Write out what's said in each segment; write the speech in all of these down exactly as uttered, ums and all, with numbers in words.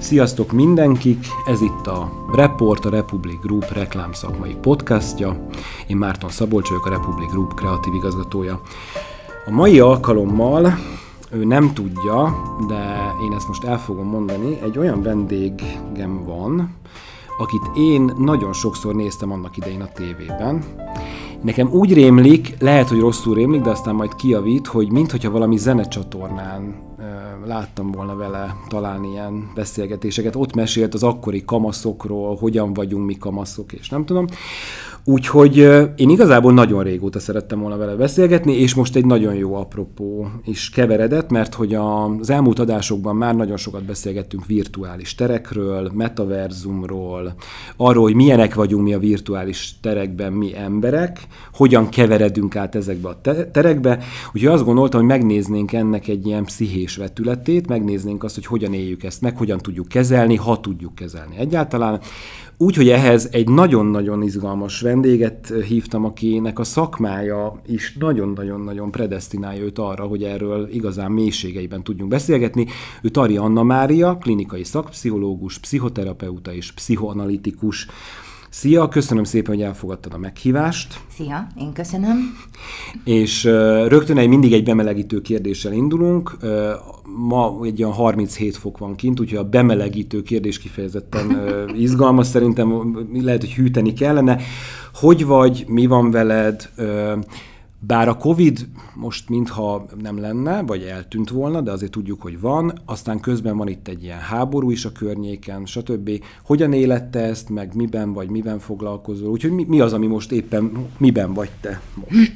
Sziasztok mindenkik! Ez itt a Report, a Republic Group reklámszakmai podcastja. Én Márton Szabolcs vagyok, a Republic Group kreatív igazgatója. A mai alkalommal, ő nem tudja, de én ezt most el fogom mondani, egy olyan vendégem van, akit én nagyon sokszor néztem annak idején a tévében. Nekem úgy rémlik, lehet, hogy rosszul rémlik, de aztán majd kijavít, hogy minthogyha valami zenecsatornán e, láttam volna vele talán ilyen beszélgetéseket. Ott mesélt az akkori kamaszokról, hogyan vagyunk mi kamaszok, és nem tudom. Úgyhogy én igazából nagyon régóta szerettem volna vele beszélgetni, és most egy nagyon jó apropó is keveredett, mert hogy az elmúlt adásokban már nagyon sokat beszélgettünk virtuális terekről, metaverzumról, arról, hogy milyenek vagyunk mi a virtuális terekben, mi emberek, hogyan keveredünk át ezekbe a terekbe. Úgyhogy azt gondoltam, hogy megnéznénk ennek egy ilyen pszichés vetületét, megnéznénk azt, hogy hogyan éljük ezt meg, hogyan tudjuk kezelni, ha tudjuk kezelni egyáltalán. Úgyhogy ehhez egy nagyon-nagyon izgalmas vendéget hívtam, akinek a szakmája is nagyon-nagyon-nagyon predesztinálja őt arra, hogy erről igazán mélységeiben tudjunk beszélgetni. Ő Tari Anna Mária, klinikai szakpszichológus, pszichoterapeuta és pszichoanalitikus. Szia, köszönöm szépen, hogy elfogadtad a meghívást. Szia, én köszönöm. És uh, rögtön egy mindig egy bemelegítő kérdéssel indulunk. Uh, ma egy olyan harminchét fok van kint, úgyhogy a bemelegítő kérdés kifejezetten uh, izgalmas, szerintem lehet, hogy hűteni kellene. Hogy vagy, mi van veled? Uh, Bár a Covid most mintha nem lenne, vagy eltűnt volna, de azért tudjuk, hogy van, aztán közben van itt egy ilyen háború is a környéken, stb. Hogyan élette ezt, meg miben vagy, miben foglalkozol? Úgyhogy mi, mi az, ami most éppen, miben vagy te most?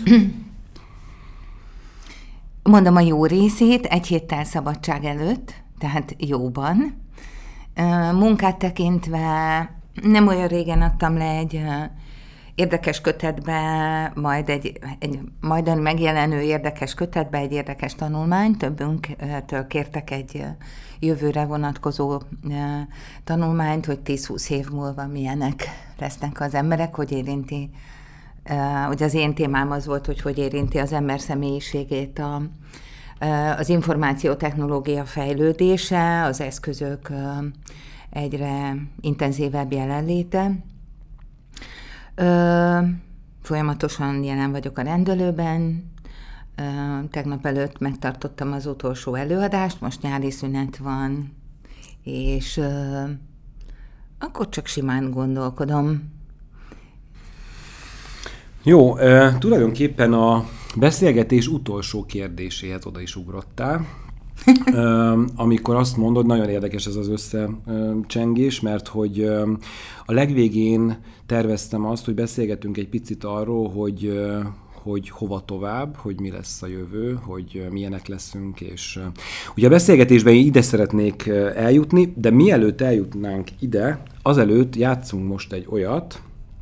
Mondom a jó részét, egy héttel szabadság előtt, tehát jóban. Munkát tekintve nem olyan régen adtam le egy érdekes kötetbe, majd egy, egy majdan megjelenő érdekes kötetbe egy érdekes tanulmány. Többünktől kértek egy jövőre vonatkozó tanulmányt, hogy tíz-húsz év múlva milyenek lesznek az emberek, hogy érinti, ugye az én témám az volt, hogy hogy érinti az ember személyiségét a, az információtechnológia fejlődése, az eszközök egyre intenzívebb jelenléte. Ö, folyamatosan jelen vagyok a rendelőben, ö, tegnap előtt megtartottam az utolsó előadást, most nyári szünet van, és ö, akkor csak simán gondolkodom. Jó, ö, tulajdonképpen a beszélgetés utolsó kérdéséhez oda is ugrottál. uh, amikor azt mondod, nagyon érdekes ez az összecsengés, mert hogy uh, a legvégén terveztem azt, hogy beszélgetünk egy picit arról, hogy, uh, hogy hova tovább, hogy mi lesz a jövő, hogy uh, milyenek leszünk, és uh, ugye a beszélgetésben ide szeretnék uh, eljutni, de mielőtt eljutnánk ide, azelőtt játszunk most egy olyat,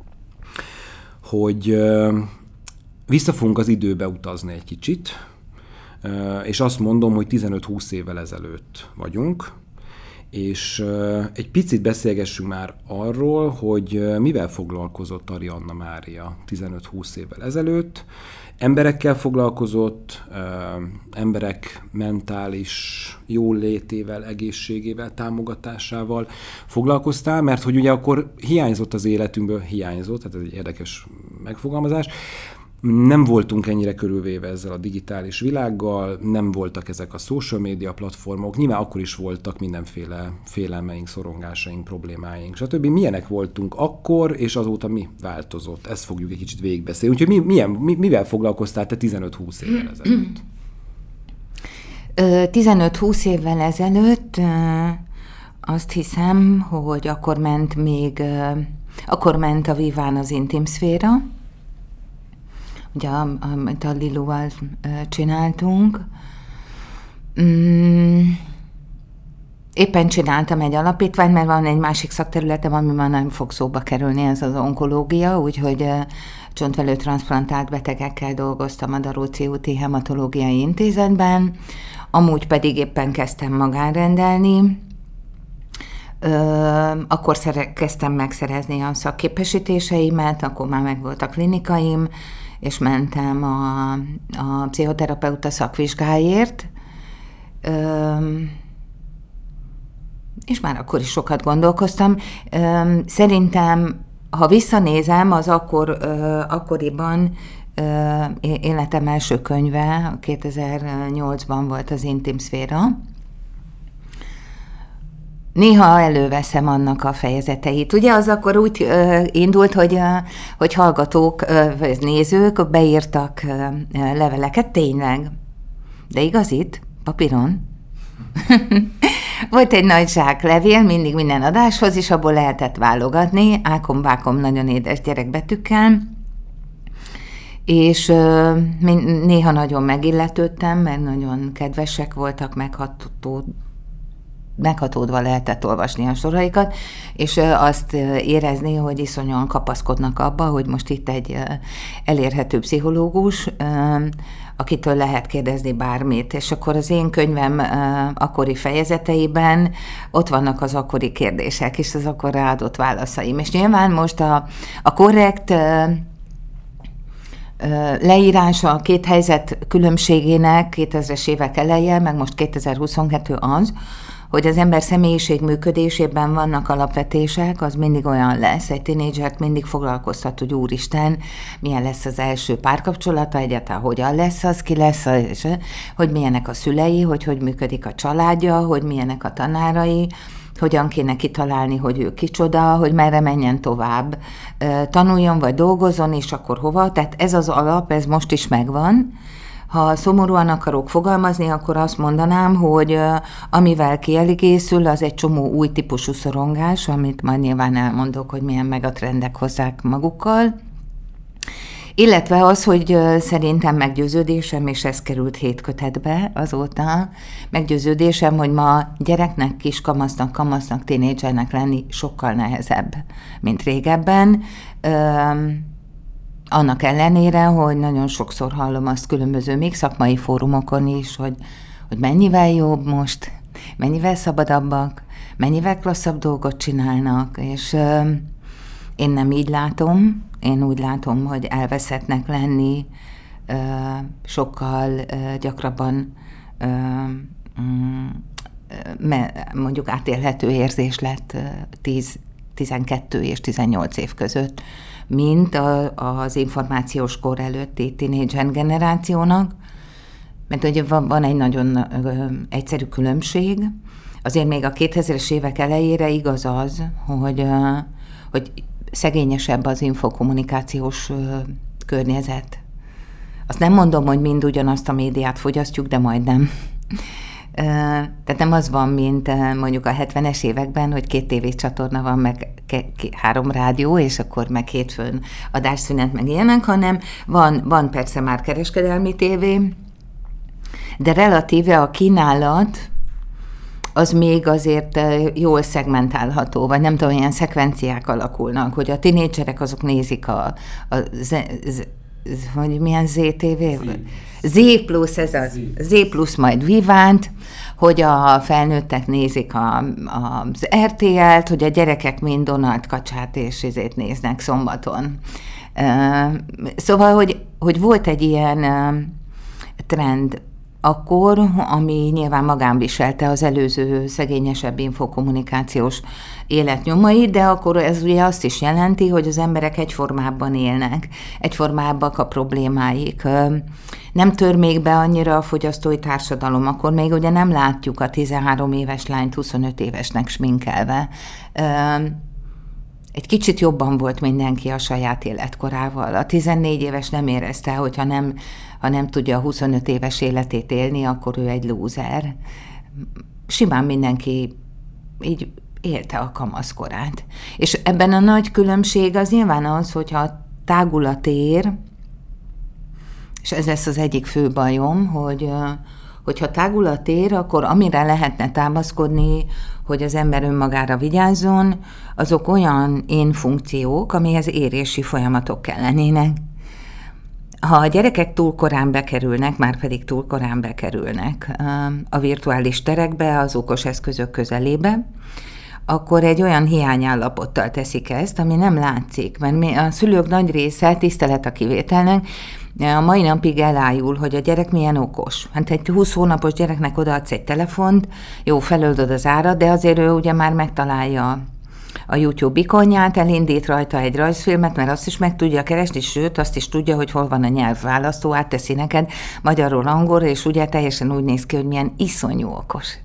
hogy uh, vissza fogunk az időbe utazni egy kicsit, és azt mondom, hogy tizenöt-húsz évvel ezelőtt vagyunk, és egy picit beszélgessünk már arról, hogy mivel foglalkozott Tari Anna Mária tizenöt-húsz évvel ezelőtt. Emberekkel foglalkozott, emberek mentális jólétével, egészségével, támogatásával foglalkoztál, mert hogy ugye akkor hiányzott az életünkből, hiányzott, tehát ez egy érdekes megfogalmazás, nem voltunk ennyire körülvéve ezzel a digitális világgal, nem voltak ezek a social media platformok, nyilván akkor is voltak mindenféle félelmeink, szorongásaink, problémáink, stb. Milyenek voltunk akkor, és azóta mi változott? Ezt fogjuk egy kicsit végigbeszélni. Úgyhogy mi, milyen, mi, mivel foglalkoztál te tizenöt-húsz évvel ezelőtt? tizenöt-húsz évvel ezelőtt azt hiszem, hogy akkor ment még, akkor ment a Viván az intim szféra, ugye, amit a Lilúval csináltunk. Mm, éppen csináltam egy alapítványt, mert van egy másik szakterületem, ami már nem fog szóba kerülni, ez az onkológia, úgyhogy csontvelő transzplantált betegekkel dolgoztam a Daróci úti hematológiai intézetben, amúgy pedig éppen kezdtem magánrendelni. Ö, akkor szere- kezdtem megszerezni a szakképesítéseimet, akkor már megvolt a klinikaim, és mentem a, a pszichoterapeuta szakvizsgáért. Ö, és már akkor is sokat gondolkoztam. Szerintem, ha visszanézem, az akkor, akkoriban életem első könyve, kétezer-nyolcban volt az Intim Szféra. Néha előveszem annak a fejezeteit. Ugye az akkor úgy uh, indult, hogy, uh, hogy hallgatók, uh, vagy nézők beírtak uh, leveleket, tényleg. De igazit? Papíron? Volt egy nagy zsák levél, mindig minden adáshoz, és abból lehetett válogatni, ákom-bákom nagyon édes gyerekbetűkkel, és uh, néha nagyon megilletődtem, mert nagyon kedvesek voltak, megható meghatódva lehetett olvasni a soraikat, és azt érezni, hogy iszonyúan kapaszkodnak abba, hogy most itt egy elérhető pszichológus, akitől lehet kérdezni bármit. És akkor az én könyvem akkori fejezeteiben ott vannak az akkori kérdések, és az akkor ráadott válaszaim. És nyilván most a, a korrekt leírása a két helyzet különbségének kétezres évek eleje, meg most kétezer-huszonkettő az, hogy az ember személyiség működésében vannak alapvetések, az mindig olyan lesz. Egy tínédzsert mindig foglalkoztat, hogy úristen, milyen lesz az első párkapcsolata, egyáltalán hogyan lesz az, ki lesz, az, hogy milyenek a szülei, hogy hogy működik a családja, hogy milyenek a tanárai, hogyan kéne kitalálni, hogy ő kicsoda, hogy merre menjen tovább, tanuljon vagy dolgozzon, és akkor hova. Tehát ez az alap, ez most is megvan. Ha szomorúan akarok fogalmazni, akkor azt mondanám, hogy amivel kielégészül, az egy csomó új típusú szorongás, amit majd nyilván elmondok, hogy milyen megatrendek hozzák magukkal. Illetve az, hogy szerintem meggyőződésem, és ez került hét kötetbe azóta, meggyőződésem, hogy ma gyereknek, kiskamasznak, kamasznak, tínédzsernek lenni sokkal nehezebb, mint régebben. Annak ellenére, hogy nagyon sokszor hallom azt különböző még szakmai fórumokon is, hogy, hogy mennyivel jobb most, mennyivel szabadabbak, mennyivel klasszabb dolgot csinálnak, és euh, én nem így látom, én úgy látom, hogy elveszettnek lenni euh, sokkal euh, gyakrabban euh, mondjuk átélhető érzés lett tíz, tizenkettő és tizennyolc év között, mint a, az információs kor előtti tínédzser generációnak, mert ugye van, van egy nagyon ö, egyszerű különbség. Azért még a kétezres évek elejére igaz az, hogy, ö, hogy szegényesebb az infokommunikációs ö, környezet. Azt nem mondom, hogy mind ugyanazt a médiát fogyasztjuk, de majdnem. Tehát nem az van, mint mondjuk a hetvenes években, hogy két tévécsatorna van, meg három rádió, és akkor meg hétfőn adásszünet, meg ilyenek, hanem van, van persze már kereskedelmi tévé, de relatíve a kínálat az még azért jól szegmentálható, vagy nem tudom, ilyen szekvenciák alakulnak, hogy a tínédzserek azok nézik a, a z, z, hogy milyen zé té vé? Z plusz, ez az Z plusz majd Vivánt, hogy a felnőttek nézik a, a, az er té el-t, hogy a gyerekek mind Donald Kacsát és izét néznek szombaton. Uh, szóval, hogy, hogy volt egy ilyen uh, trend akkor, ami nyilván magán viselte az előző szegényesebb infokommunikációs életnyomai, de akkor ez ugye azt is jelenti, hogy az emberek egyformában élnek, egyformábbak a problémáik. Nem tör még be annyira a fogyasztói társadalom, akkor még ugye nem látjuk a tizenhárom éves lányt huszonöt évesnek sminkelve. Egy kicsit jobban volt mindenki a saját életkorával. A tizennégy éves nem érezte, hogyha nem, ha nem tudja a huszonöt éves életét élni, akkor ő egy lúzer. Simán mindenki így élte a kamaszkorát. És ebben a nagy különbség az nyilván az, hogyha tágul a tér, és ez lesz az egyik fő bajom, hogy hogyha tágul a tér, akkor amire lehetne támaszkodni, hogy az ember önmagára vigyázzon, azok olyan én funkciók, amihez érési folyamatok kellenének. Ha a gyerekek túl korán bekerülnek, már pedig túl korán bekerülnek a virtuális terekbe, az okos eszközök közelébe, akkor egy olyan hiányállapottal teszik ezt, ami nem látszik, mert a szülők nagy része, tisztelet a kivételnek, a mai napig elájul, hogy a gyerek milyen okos. Hát egy húsz hónapos gyereknek odaadsz egy telefont, jó, feloldod az árat, de azért ő ugye már megtalálja a YouTube ikonját, elindít rajta egy rajzfilmet, mert azt is meg tudja keresni, sőt, azt is tudja, hogy hol van a nyelvválasztó, átteszi neked magyarul, angolra, és ugye teljesen úgy néz ki, hogy milyen iszonyú okos.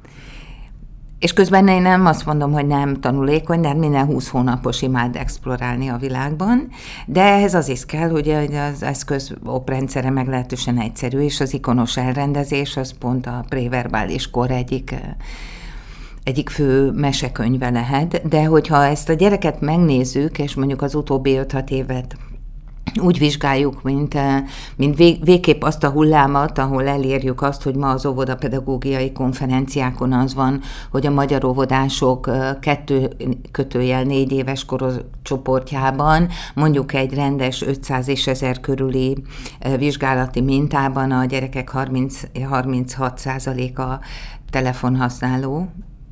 És közben én nem azt mondom, hogy nem tanulékony, de minden húsz hónapos imád explorálni a világban, de ehhez az is kell, hogy az eszköz oprendszere meglehetősen egyszerű, és az ikonos elrendezés az pont a préverbális kor egyik egyik fő mesekönyve lehet, de hogyha ezt a gyereket megnézzük, és mondjuk az utóbbi öt-hat évet úgy vizsgáljuk, mint, mint vég, végképp azt a hullámat, ahol elérjük azt, hogy ma az óvodapedagógiai konferenciákon az van, hogy a magyar óvodások kettő kötőjel négy éves korcsoportjában, mondjuk egy rendes ötszáz és ezer körüli vizsgálati mintában a gyerekek harminc, harminchat százaléka telefonhasználó,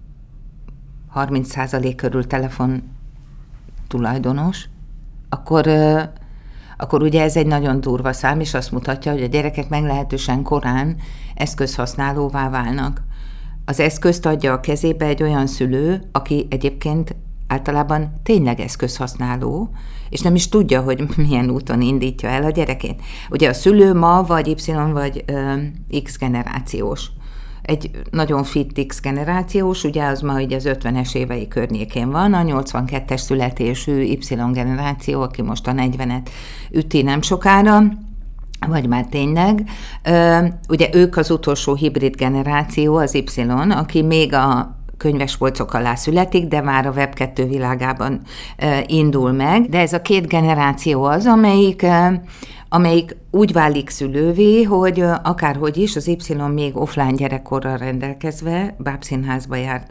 harminc százalék körül telefon tulajdonos, akkor, akkor ugye ez egy nagyon durva szám, és azt mutatja, hogy a gyerekek meglehetősen korán eszközhasználóvá válnak. Az eszközt adja a kezébe egy olyan szülő, aki egyébként általában tényleg eszközhasználó, és nem is tudja, hogy milyen úton indítja el a gyerekét. Ugye a szülő ma vagy Y vagy ö, X generációs. Egy nagyon fit X generációs, ugye az ma ugye az ötvenes évei környékén van, a nyolcvankettes születésű Y generáció, aki most a negyvenet üti nem sokára, vagy már tényleg. Ugye ők az utolsó hibrid generáció, az Y, aki még a könyvespolcok alá születik, de már a web kettő világában indul meg. De ez a két generáció az, amelyik amelyik úgy válik szülővé, hogy akárhogy is, az Y még offline gyerekkorral rendelkezve, bábszínházba járt,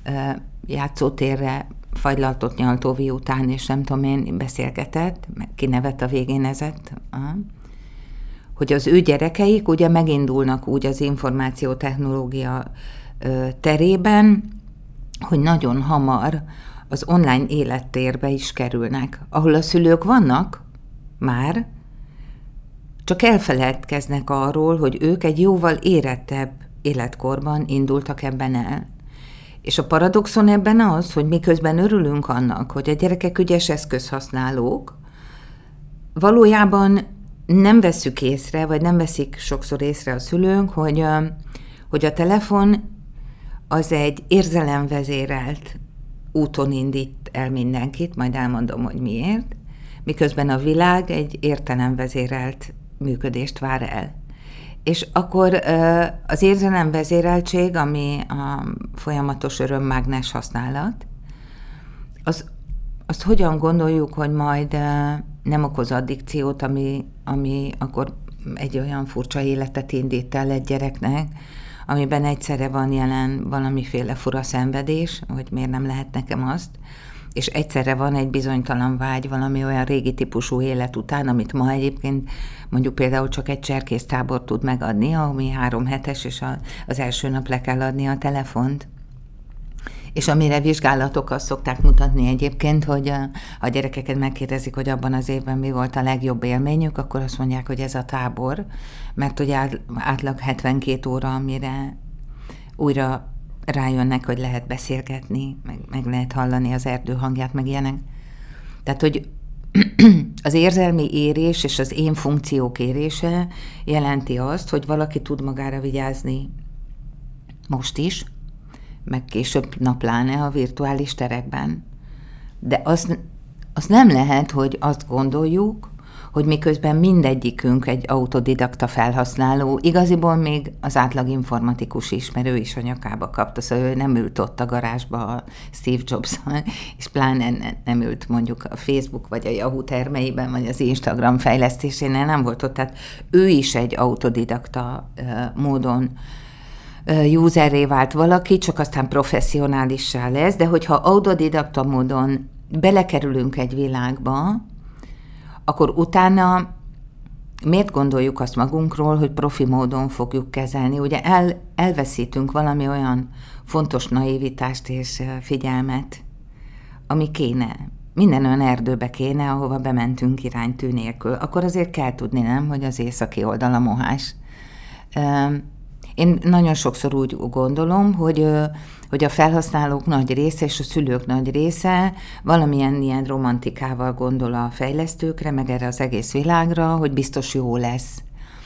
játszótérre fagylaltott nyaltóvi után, és nem tudom én, beszélgetett, kinevet a végén ezett, hogy az ő gyerekeik ugye megindulnak úgy az információtechnológia terében, hogy nagyon hamar az online élettérbe is kerülnek, ahol a szülők vannak már, csak elfeledkeznek arról, hogy ők egy jóval érettebb életkorban indultak ebben el. És a paradoxon ebben az, hogy miközben örülünk annak, hogy a gyerekek ügyes eszközhasználók, valójában nem vesszük észre, vagy nem veszik sokszor észre a szülőnk, hogy a, hogy a telefon az egy érzelemvezérelt úton indít el mindenkit, majd elmondom, hogy miért, miközben a világ egy értelemvezérelt működést vár el. És akkor az érzelemvezéreltség, ami a folyamatos örömmágnes használat, az, azt hogyan gondoljuk, hogy majd nem okoz addikciót, ami, ami akkor egy olyan furcsa életet indít el egy gyereknek, amiben egyszerre van jelen valamiféle fura szenvedés, hogy miért nem lehet nekem azt, és egyszerre van egy bizonytalan vágy valami olyan régi típusú élet után, amit ma egyébként mondjuk például csak egy cserkésztábor tud megadni, ami három hetes, és a, az első nap le kell adni a telefont. És amire vizsgálatok azt szokták mutatni egyébként, hogy a, a gyerekeket megkérdezik, hogy abban az évben mi volt a legjobb élményük, akkor azt mondják, hogy ez a tábor, mert hogy átlag hetvenkét óra, amire újra rájönnek, hogy lehet beszélgetni, meg, meg lehet hallani az erdő hangját, meg ilyenek. Tehát, hogy az érzelmi érés és az én funkciók érése jelenti azt, hogy valaki tud magára vigyázni most is, meg később napláne a virtuális terekben. De azt, azt nem lehet, hogy azt gondoljuk, hogy miközben mindegyikünk egy autodidakta felhasználó, igaziból még az átlag informatikus ismerő is a nyakába kapta, szóval ő nem ült ott a garázsba a Steve Jobs-szal, és pláne nem ült mondjuk a Facebook vagy a Yahoo termeiben, vagy az Instagram fejlesztésénél nem volt ott, tehát ő is egy autodidakta uh, módon uh, userré vált valaki, csak aztán professzionálissá lesz, de hogyha autodidakta módon belekerülünk egy világba, akkor utána miért gondoljuk azt magunkról, hogy profi módon fogjuk kezelni? Ugye el, elveszítünk valami olyan fontos naivitást és figyelmet, ami kéne. Minden olyan erdőbe kéne, ahova bementünk iránytű nélkül. Akkor azért kell tudni, nem, hogy az északi oldal a mohás. Én nagyon sokszor úgy gondolom, hogy, hogy a felhasználók nagy része és a szülők nagy része valamilyen ilyen romantikával gondol a fejlesztőkre, meg erre az egész világra, hogy biztos jó lesz.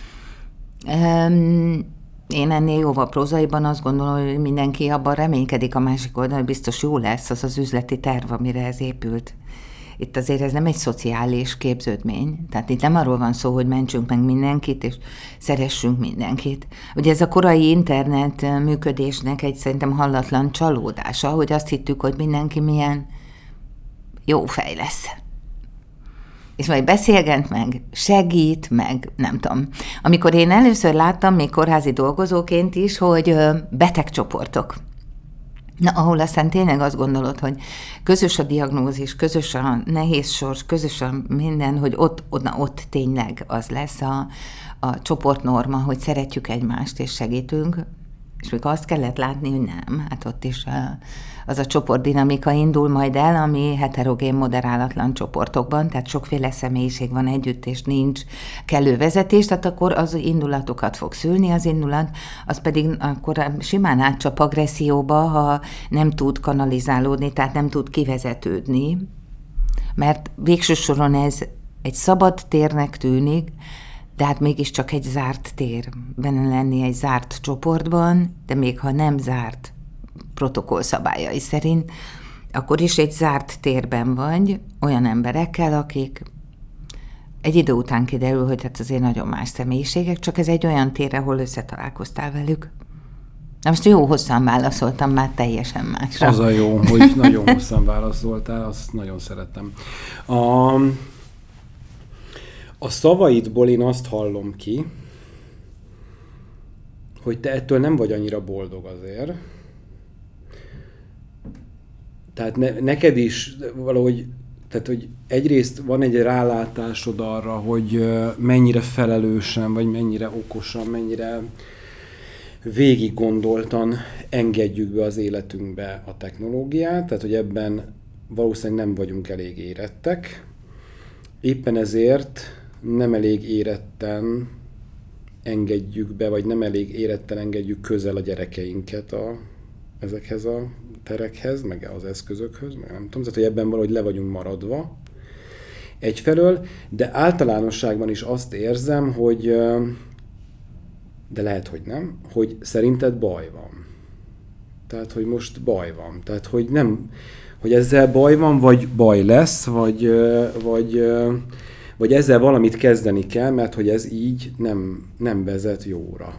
Én ennél jóval prózaiban azt gondolom, hogy mindenki abban reménykedik a másik oldalon, hogy biztos jó lesz az az üzleti terv, amire ez épült. Itt azért ez nem egy szociális képződmény. Tehát itt nem arról van szó, hogy mentsünk meg mindenkit, és szeressünk mindenkit. Ugye ez a korai internet működésnek egy szerintem hallatlan csalódása, hogy azt hittük, hogy mindenki milyen jó fej lesz. És majd beszélgent meg, segít meg, nem tudom. Amikor én először láttam, még kórházi dolgozóként is, hogy betegcsoportok. Na, ahol aztán tényleg azt gondolod, hogy közös a diagnózis, közös a nehéz sors, közös a minden, hogy ott, ott, ott tényleg az lesz a, a csoportnorma, hogy szeretjük egymást és segítünk, és még azt kellett látni, hogy nem, hát ott is a, az a csoportdinamika indul majd el, ami heterogén, moderálatlan csoportokban, tehát sokféle személyiség van együtt, és nincs kellő vezetés, tehát akkor az indulatokat fog szülni, az indulat, az pedig akkor simán átcsap agresszióba, ha nem tud kanalizálódni, tehát nem tud kivezetődni, mert végső soron ez egy szabad térnek tűnik, de hát mégiscsak egy zárt tér, benne lenni egy zárt csoportban, de még ha nem zárt protokoll szabályai szerint, akkor is egy zárt térben vagy olyan emberekkel, akik egy idő után kiderül, hogy hát azért nagyon más személyiségek, csak ez egy olyan tér, ahol összetalálkoztál velük. Na most jó hosszan válaszoltam, már teljesen másra. Az a jó, hogy nagyon hosszan válaszoltál, azt nagyon szeretem. A, a szavaidból én azt hallom ki, hogy te ettől nem vagy annyira boldog azért. Tehát ne, neked is valahogy, tehát hogy egyrészt van egy rálátásod arra, hogy mennyire felelősen, vagy mennyire okosan, mennyire végig gondoltan engedjük be az életünkbe a technológiát, tehát hogy ebben valószínűleg nem vagyunk elég érettek. Éppen ezért nem elég éretten engedjük be, vagy nem elég éretten engedjük közel a gyerekeinket a, ezekhez a terekhez, meg az eszközökhöz, meg nem tudom, tehát hogy ebben valahogy le vagyunk maradva egyfelől, de általánosságban is azt érzem, hogy, de lehet, hogy nem, hogy szerinted baj van. Tehát, hogy most baj van. Tehát, hogy nem, hogy ezzel baj van, vagy baj lesz, vagy, vagy, vagy ezzel valamit kezdeni kell, mert hogy ez így nem, nem vezet jóra.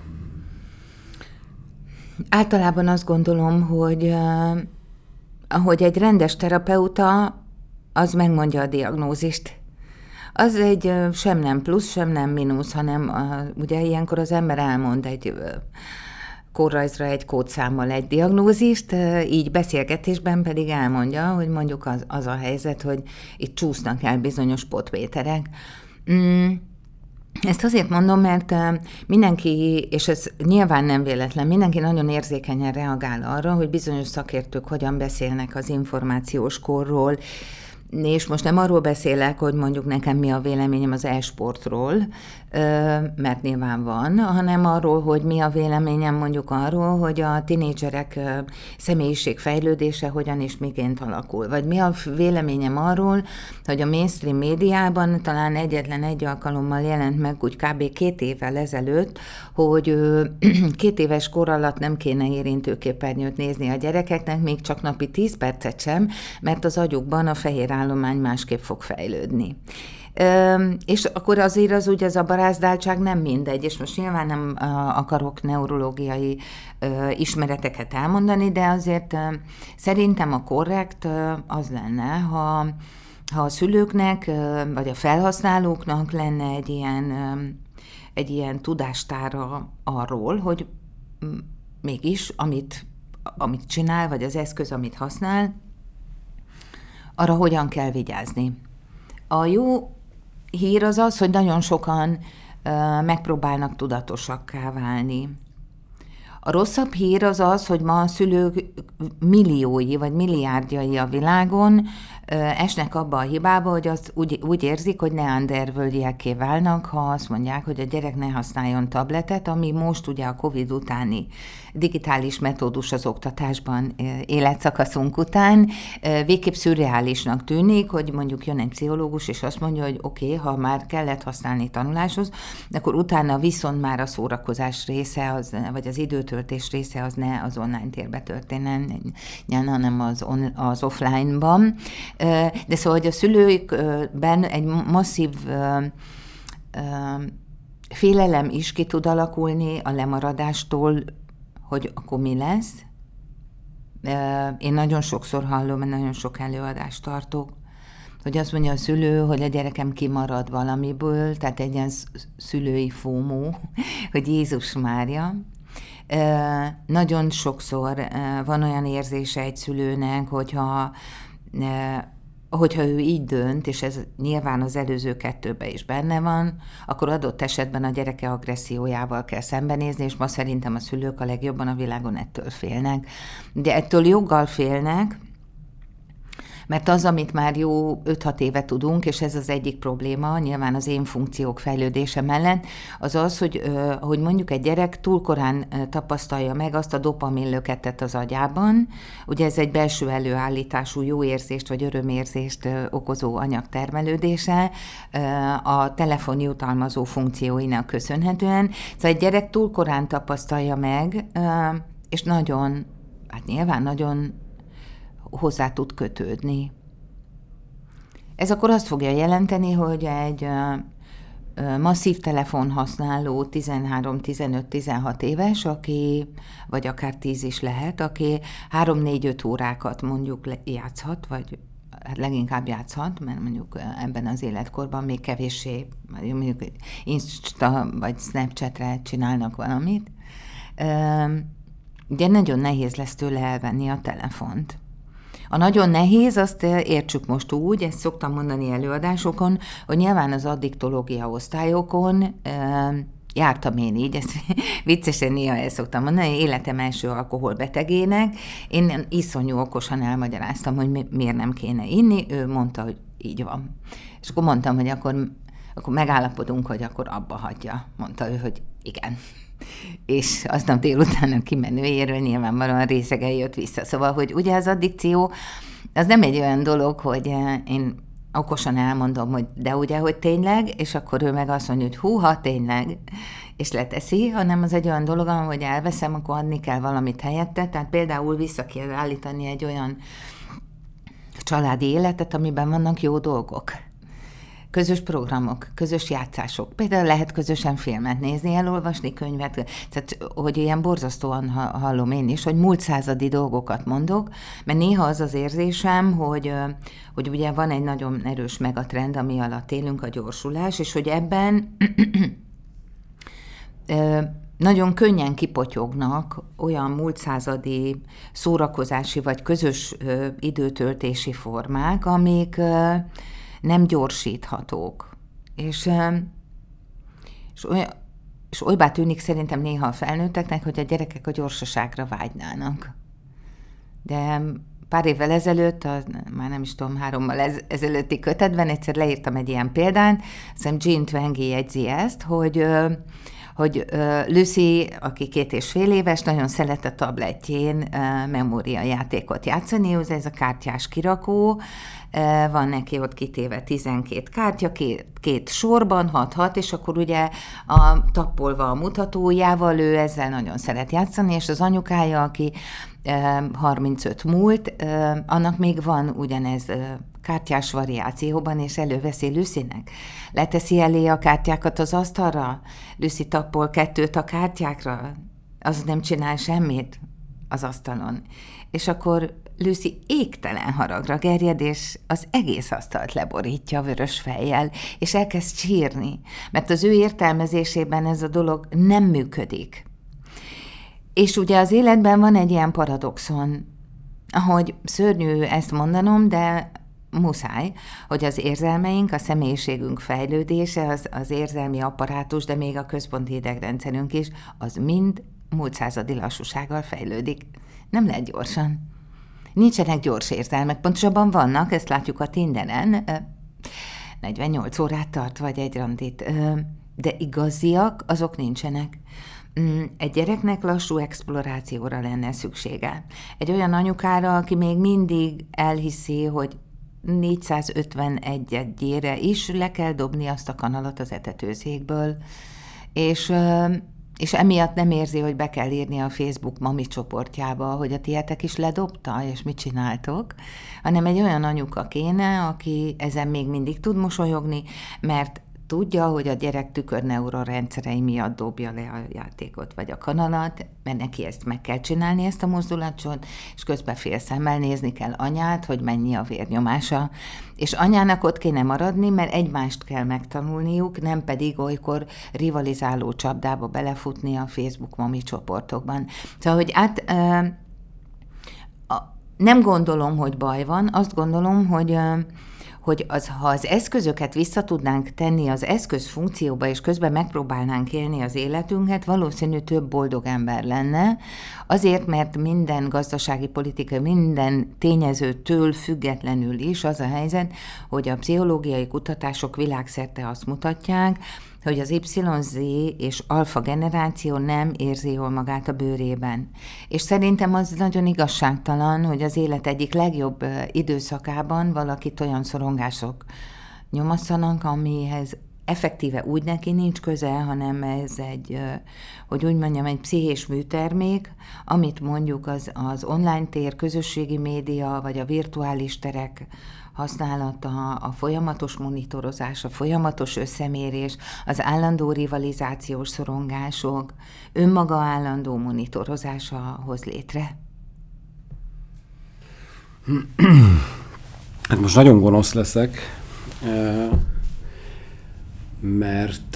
Általában azt gondolom, hogy ahogy egy rendes terapeuta, az megmondja a diagnózist. Az egy sem nem plusz, sem nem mínusz, hanem a, ugye ilyenkor az ember elmond egy kórrajzra egy kódszámmal egy diagnózist, így beszélgetésben pedig elmondja, hogy mondjuk az, az a helyzet, hogy itt csúsznak el bizonyos potméterek. Mm. Ezt azért mondom, mert mindenki, és ez nyilván nem véletlen, mindenki nagyon érzékenyen reagál arra, hogy bizonyos szakértők hogyan beszélnek az információs korról, és most nem arról beszélek, hogy mondjuk nekem mi a véleményem az e-sportról, mert nyilván van, hanem arról, hogy mi a véleményem mondjuk arról, hogy a tinédzserek személyiségfejlődése hogyan és miként alakul. Vagy mi a véleményem arról, hogy a mainstream médiában talán egyetlen egy alkalommal jelent meg úgy kb. két évvel ezelőtt, hogy két éves kor alatt nem kéne érintőképernyőt nézni a gyerekeknek, még csak napi tíz percet sem, mert az agyukban a fehér állomány másképp fog fejlődni. Ö, és akkor azért az úgy ez a barázdáltság nem mindegy, és most nyilván nem uh, akarok neurológiai uh, ismereteket elmondani, de azért uh, szerintem a korrekt uh, az lenne, ha, ha a szülőknek uh, vagy a felhasználóknak lenne egy ilyen, uh, egy ilyen tudástára arról, hogy um, mégis amit, amit csinál, vagy az eszköz, amit használ, arra hogyan kell vigyázni. A jó hír az az, hogy nagyon sokan megpróbálnak tudatosakká válni. A rosszabb hír az az, hogy ma a szülők milliói vagy milliárdjai a világon esnek abba a hibába, hogy azt úgy, úgy érzik, hogy neandervölgyekké válnak, ha azt mondják, hogy a gyerek ne használjon tabletet, ami most ugye a Covid utáni digitális metódus az oktatásban életszakaszunk után végképp szürreálisnak tűnik, hogy mondjuk jön egy pszichológus, és azt mondja, hogy oké, okay, ha már kellett használni tanuláshoz, akkor utána viszont már a szórakozás része, az, vagy az időtöltés része az ne az online térbe történjen, hanem az, on, az offline-ban. De szóval, hogy a szülőkben egy masszív félelem is ki tud alakulni a lemaradástól, hogy akkor mi lesz. Én nagyon sokszor hallom, mert nagyon sok előadást tartok, hogy azt mondja a szülő, hogy a gyerekem kimarad valamiből, tehát egy ilyen szülői fómó, hogy Jézus Mária. Nagyon sokszor van olyan érzése egy szülőnek, hogyha hogyha ő így dönt, és ez nyilván az előző kettőben is benne van, akkor adott esetben a gyereke agressziójával kell szembenézni, és ma szerintem a szülők a legjobban a világon ettől félnek. De ettől joggal félnek, mert az, amit már jó öt-hat éve tudunk, és ez az egyik probléma, nyilván az én funkciók fejlődése mellett, az az, hogy, hogy mondjuk egy gyerek túl korán tapasztalja meg azt a dopamin löketet az agyában, ugye ez egy belső előállítású jó érzést vagy örömérzést okozó anyag termelődése a telefon jutalmazó funkcióinak köszönhetően. Szóval egy gyerek túl korán tapasztalja meg, és nagyon, hát nyilván nagyon hozzá tud kötődni. Ez akkor azt fogja jelenteni, hogy egy masszív telefonhasználó tizenhárom, tizenöt, tizenhat éves, aki, vagy akár tíz is lehet, aki három-négy-öt órákat mondjuk játszhat, vagy hát leginkább játszhat, mert mondjuk ebben az életkorban még kevéssé, mondjuk Insta vagy Snapchatre csinálnak valamit. Ugye nagyon nehéz lesz tőle elvenni a telefont. A nagyon nehéz, azt értsük most úgy, ezt szoktam mondani előadásokon, hogy nyilván az addiktológia osztályokon e, jártam én így, ezt viccesen néha el szoktam mondani, életem első alkoholbetegének. Én iszonyú okosan elmagyaráztam, hogy mi, miért nem kéne inni, ő mondta, hogy így van. És akkor mondtam, hogy akkor, akkor megállapodunk, hogy akkor abba hagyja. Mondta ő, hogy igen. És aznap délután a kimenőjéről nyilvánvalóan részegen jött vissza. Szóval, hogy ugye az addikció, az nem egy olyan dolog, hogy én okosan elmondom, hogy de ugye, hogy tényleg, és akkor ő meg azt mondja, hogy húha, tényleg, és leteszi, hanem az egy olyan dolog, hogy elveszem, akkor adni kell valamit helyette, tehát például vissza kell állítani egy olyan családi életet, amiben vannak jó dolgok. Közös programok, közös játszások. Például lehet közösen filmet nézni, elolvasni könyvet. Tehát, hogy ilyen borzasztóan hallom én is, hogy múlt századi dolgokat mondok, mert néha az az érzésem, hogy, hogy ugye van egy nagyon erős megatrend, ami alatt élünk, a gyorsulás, és hogy ebben nagyon könnyen kipotyognak olyan múlt századi szórakozási vagy közös időtöltési formák, amik nem gyorsíthatók. És, és, olyan, és olybá tűnik szerintem néha a felnőtteknek, hogy a gyerekek a gyorsaságra vágynának. De pár évvel ezelőtt, a, már nem is tudom, hárommal ez, ezelőtti kötetben egyszer leírtam egy ilyen példán, hiszem Jean Twenge jegyzi ezt, hogy, hogy Lucy, aki két és fél éves, nagyon szeret a tabletjén memória játékot játszani, ez a kártyás kirakó, van neki ott kitéve tizenkét kártya, két, két sorban, hat-hat, és akkor ugye a tappolva a mutatójával ő ezzel nagyon szeret játszani, és az anyukája, aki harmincöt múlt, annak még van ugyanez kártyás variációban, és előveszi Lucynek. Leteszi elé a kártyákat az asztalra, Lucy tappol kettőt a kártyákra, az nem csinál semmit az asztalon. És akkor Lucy égtelen haragra gerjed, és az egész asztalt leborítja vörös fejjel, és elkezd sírni, mert az ő értelmezésében ez a dolog nem működik. És ugye az életben van egy ilyen paradoxon, ahogy szörnyű ezt mondanom, de muszáj, hogy az érzelmeink, a személyiségünk fejlődése, az, az érzelmi apparátus, de még a központi idegrendszerünk is, az mind múlt századi lassúsággal fejlődik. Nem lehet gyorsan. Nincsenek gyors érzelmek, pontosabban vannak, ezt látjuk a Tinderen, negyvennyolc órát tart, vagy egy randit, de igaziak, azok nincsenek. Egy gyereknek lassú explorációra lenne szüksége. Egy olyan anyukára, aki még mindig elhiszi, hogy négyszázötvenegyedjére is le kell dobni azt a kanalat az etetőszékből, és, és emiatt nem érzi, hogy be kell írni a Facebook mami csoportjába, hogy a tietek is ledobta, és mit csináltok, hanem egy olyan anyuka kéne, aki ezen még mindig tud mosolyogni, mert tudja, hogy a gyerek tükörneurorendszerei miatt dobja le a játékot vagy a kanalat, mert neki ezt meg kell csinálni, ezt a mozdulatot, és közben félszemmel nézni kell anyát, hogy mennyi a vérnyomása. És anyának ott kéne maradni, mert egymást kell megtanulniuk, nem pedig olykor rivalizáló csapdába belefutni a Facebook mami csoportokban. Szóval, hogy át... Uh, nem gondolom, hogy baj van, azt gondolom, hogy... Uh, hogy az, ha az eszközöket vissza tudnánk tenni az eszköz funkcióba, és közben megpróbálnánk élni az életünket, valószínű több boldog ember lenne, azért, mert minden gazdasági politika, minden tényezőtől függetlenül is az a helyzet, hogy a pszichológiai kutatások világszerte azt mutatják, hogy az Y Z és alfa generáció nem érzi jól magát a bőrében. És szerintem az nagyon igazságtalan, hogy az élet egyik legjobb időszakában valakit olyan szorongások nyomasszanak, amihez effektíve úgy neki nincs köze, hanem ez egy, hogy úgy mondjam, egy pszichés műtermék, amit mondjuk az, az online tér, közösségi média, vagy a virtuális terek használata, a folyamatos monitorozás, a folyamatos összemérés, az állandó rivalizációs szorongások, önmaga állandó monitorozása hoz létre. Hát most nagyon gonosz leszek, mert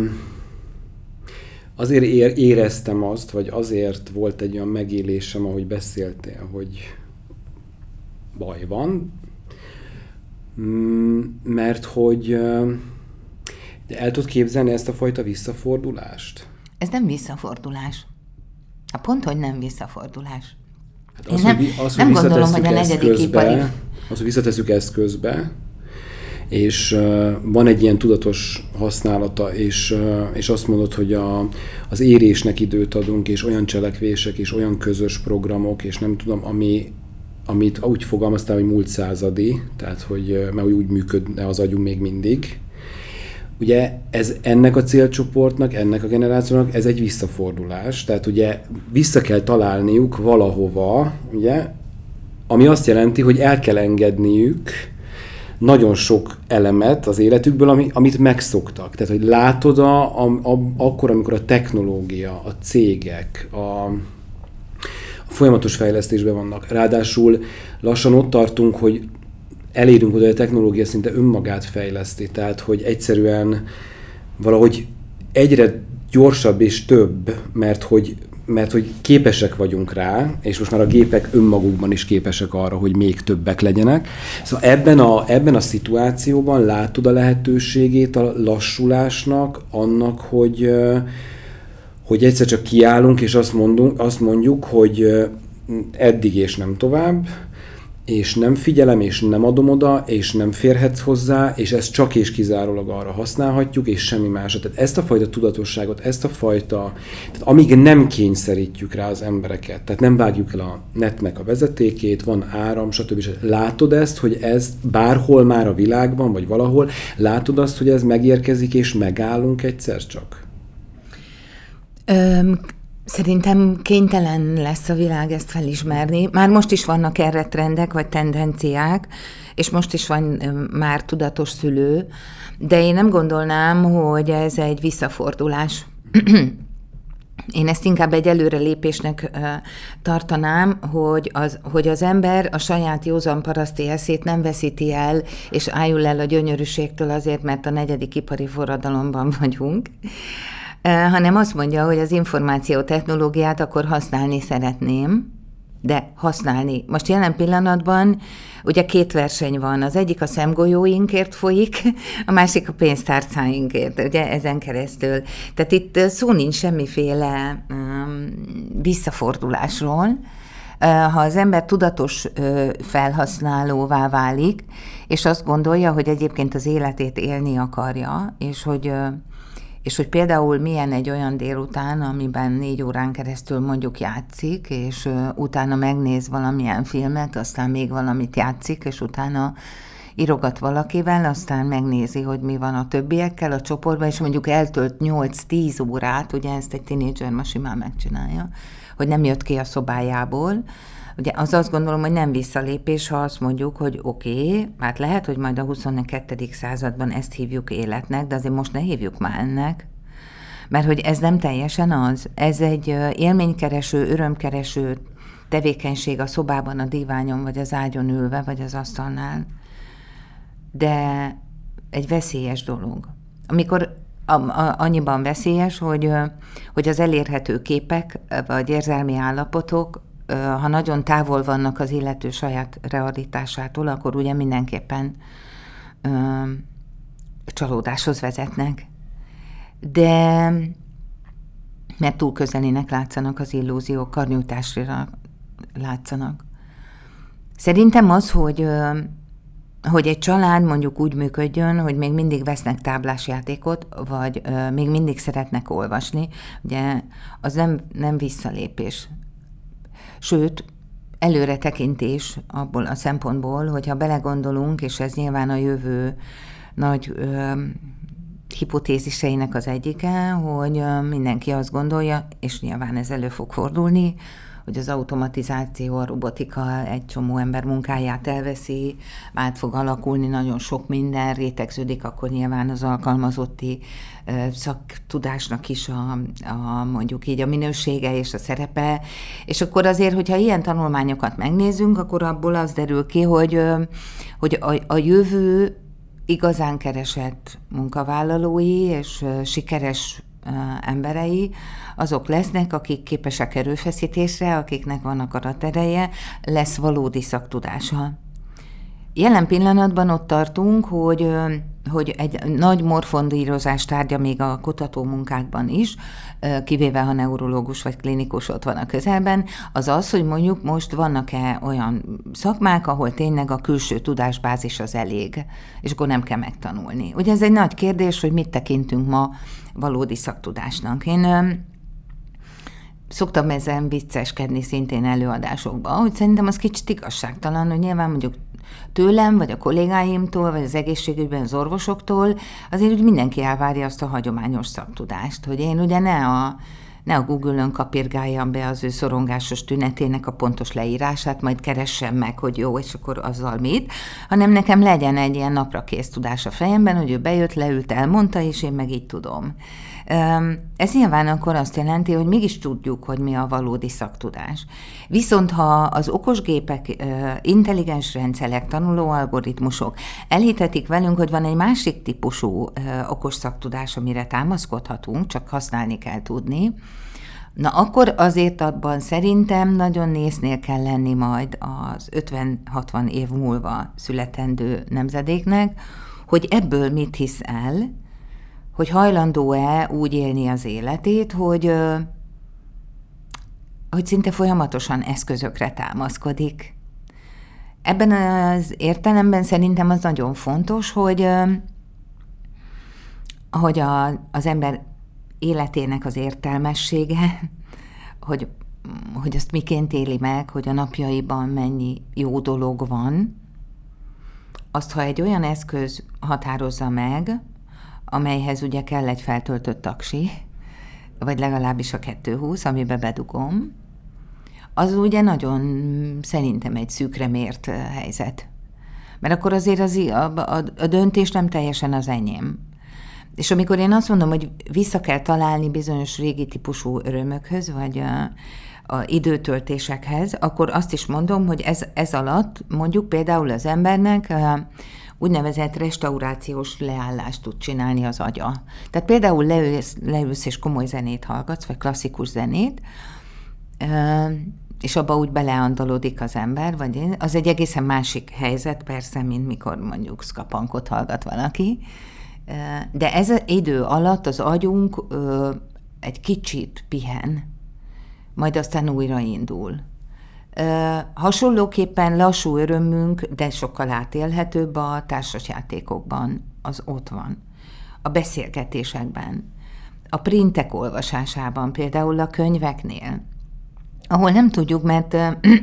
azért éreztem azt, vagy azért volt egy olyan megélésem, ahogy beszéltél, hogy baj van, mert hogy el tudod képzelni ezt a fajta visszafordulást? Ez nem visszafordulás. A pont, hogy nem visszafordulás. Hát az, nem, hogy, az, nem gondolom, hogy a negyedik ipari... Az, hogy visszatesszük eszközbe, és uh, van egy ilyen tudatos használata, és, uh, és azt mondod, hogy a, az érésnek időt adunk, és olyan cselekvések, és olyan közös programok, és nem tudom, ami, amit úgy fogalmaztál, hogy múlt századi, tehát hogy mert úgy működne az agyunk még mindig. Ugye ez ennek a célcsoportnak, ennek a generációnak ez egy visszafordulás, tehát ugye vissza kell találniuk valahova, ugye, ami azt jelenti, hogy el kell engedniük nagyon sok elemet az életükből, ami, amit megszoktak. Tehát, hogy látod a, a, a, akkor, amikor a technológia, a cégek, a, a folyamatos fejlesztésben vannak. Ráadásul lassan ott tartunk, hogy elérünk oda, hogy a technológia szinte önmagát fejleszti. Tehát, hogy egyszerűen valahogy egyre gyorsabb és több, mert hogy mert hogy képesek vagyunk rá, és most már a gépek önmagukban is képesek arra, hogy még többek legyenek. Szóval ebben a, ebben a szituációban látod a lehetőségét a lassulásnak, annak, hogy, hogy egyszer csak kiállunk, és azt, mondunk, azt mondjuk, hogy eddig és nem tovább, és nem figyelem, és nem adom oda, és nem férhetsz hozzá, és ezt csak és kizárólag arra használhatjuk, és semmi másra. Tehát ezt a fajta tudatosságot, ezt a fajta, tehát amíg nem kényszerítjük rá az embereket, tehát nem vágjuk el a netnek a vezetékét, van áram, stb. Látod ezt, hogy ez bárhol már a világban, vagy valahol, látod azt, hogy ez megérkezik, és megállunk egyszer csak? Öm... Szerintem kénytelen lesz a világ ezt felismerni. Már most is vannak erre trendek, vagy tendenciák, és most is van már tudatos szülő, de én nem gondolnám, hogy ez egy visszafordulás. Én ezt inkább egy előrelépésnek tartanám, hogy az, hogy az ember a saját józan paraszti eszét nem veszíti el, és ájul el a gyönyörűségtől azért, mert a negyedik ipari forradalomban vagyunk, hanem azt mondja, hogy az információ technológiát akkor használni szeretném, de használni. Most jelen pillanatban ugye két verseny van, az egyik a szemgolyóinkért folyik, a másik a pénztárcáinkért, ugye ezen keresztül. Tehát itt szó nincs semmiféle um, visszafordulásról. Ha az ember tudatos felhasználóvá válik, és azt gondolja, hogy egyébként az életét élni akarja, és hogy, és hogy például milyen egy olyan délután, amiben négy órán keresztül mondjuk játszik, és utána megnéz valamilyen filmet, aztán még valamit játszik, és utána írogat valakivel, aztán megnézi, hogy mi van a többiekkel a csoportban, és mondjuk eltölt nyolc-tíz órát, ugye ezt egy tinédzser ma simán megcsinálja, hogy nem jött ki a szobájából. Ugye az azt gondolom, hogy nem visszalépés, ha azt mondjuk, hogy oké, okay, hát lehet, hogy majd a huszonkettedik században ezt hívjuk életnek, de azért most ne hívjuk már ennek, mert hogy ez nem teljesen az. Ez egy élménykereső, örömkereső tevékenység a szobában, a díványon, vagy az ágyon ülve, vagy az asztalnál, de egy veszélyes dolog. Amikor A, a, annyiban veszélyes, hogy, hogy az elérhető képek vagy érzelmi állapotok, ha nagyon távol vannak az illető saját realitásától, akkor ugye mindenképpen ö, csalódáshoz vezetnek. De mert túl közelének látszanak az illúziók, karnyújtásra látszanak. Szerintem az, hogy hogy egy család mondjuk úgy működjön, hogy még mindig vesznek táblásjátékot, vagy ö, még mindig szeretnek olvasni, ugye az nem, nem visszalépés. Sőt, előretekintés abból a szempontból, hogyha belegondolunk, és ez nyilván a jövő nagy ö, hipotéziseinek az egyike, hogy ö, mindenki azt gondolja, és nyilván ez elő fog fordulni, hogy az automatizáció, a robotika egy csomó ember munkáját elveszi, át fog alakulni, nagyon sok minden rétegződik, akkor nyilván az alkalmazotti szaktudásnak is a, a, mondjuk így a minősége és a szerepe, és akkor azért, hogyha ilyen tanulmányokat megnézzünk, akkor abból az derül ki, hogy, hogy a, a jövő igazán keresett munkavállalói és sikeres emberei, azok lesznek, akik képesek erőfeszítésre, akiknek van akaratereje, lesz valódi szaktudása. Jelen pillanatban ott tartunk, hogy, hogy egy nagy morfondírozás tárgya még a kutatómunkákban is, kivéve ha neurológus vagy klinikus ott van a közelben, az az, hogy mondjuk most vannak-e olyan szakmák, ahol tényleg a külső tudásbázis az elég, és akkor nem kell megtanulni. Ugye ez egy nagy kérdés, hogy mit tekintünk ma valódi szaktudásnak. Én szoktam ezen vicceskedni szintén előadásokban, hogy szerintem az kicsit igazságtalan, hogy nyilván mondjuk tőlem, vagy a kollégáimtól, vagy az egészségügyben az orvosoktól, azért úgy mindenki elvárja azt a hagyományos szaktudást, hogy én ugye ne a, ne a Google-ön kapirgáljam be az ő szorongásos tünetének a pontos leírását, majd keressem meg, hogy jó, és akkor azzal mit, hanem nekem legyen egy ilyen napra kész tudás a fejemben, hogy ő bejött, leült, elmondta, és én meg így tudom. Ez nyilván akkor azt jelenti, hogy mégis tudjuk, hogy mi a valódi szaktudás. Viszont ha az okosgépek, intelligens rendszerek, tanuló algoritmusok elhitetik velünk, hogy van egy másik típusú okos szaktudás, amire támaszkodhatunk, csak használni kell tudni, na akkor azért abban szerintem nagyon néznél kell lenni majd az ötven-hatvan év múlva születendő nemzedéknek, hogy ebből mit hisz el, hogy hajlandó-e úgy élni az életét, hogy, hogy szinte folyamatosan eszközökre támaszkodik. Ebben az értelemben szerintem az nagyon fontos, hogy, hogy a, az ember életének az értelmessége, hogy, hogy azt miként éli meg, hogy a napjaiban mennyi jó dolog van, azt, ha egy olyan eszköz határozza meg, amelyhez ugye kell egy feltöltött taksi, vagy legalábbis a kettőhúsz, amiben bedugom, az ugye nagyon szerintem egy szűkre mért helyzet. Mert akkor azért az, a, a, a döntés nem teljesen az enyém. És amikor én azt mondom, hogy vissza kell találni bizonyos régi típusú örömökhöz, vagy a, a időtöltésekhez, akkor azt is mondom, hogy ez, ez alatt mondjuk például az embernek úgynevezett restaurációs leállást tud csinálni az agya. Tehát például leülsz, leülsz és komoly zenét hallgatsz, vagy klasszikus zenét, és abba úgy beleandalódik az ember, vagy én, az egy egészen másik helyzet persze, mint mikor mondjuk szkapankot hallgat valaki, de ez az idő alatt az agyunk ö, egy kicsit pihen, majd aztán újraindul. Ö, hasonlóképpen lassú örömünk, de sokkal átélhetőbb a társasjátékokban, az ott van. A beszélgetésekben, a printek olvasásában, például a könyveknél, ahol nem tudjuk, mert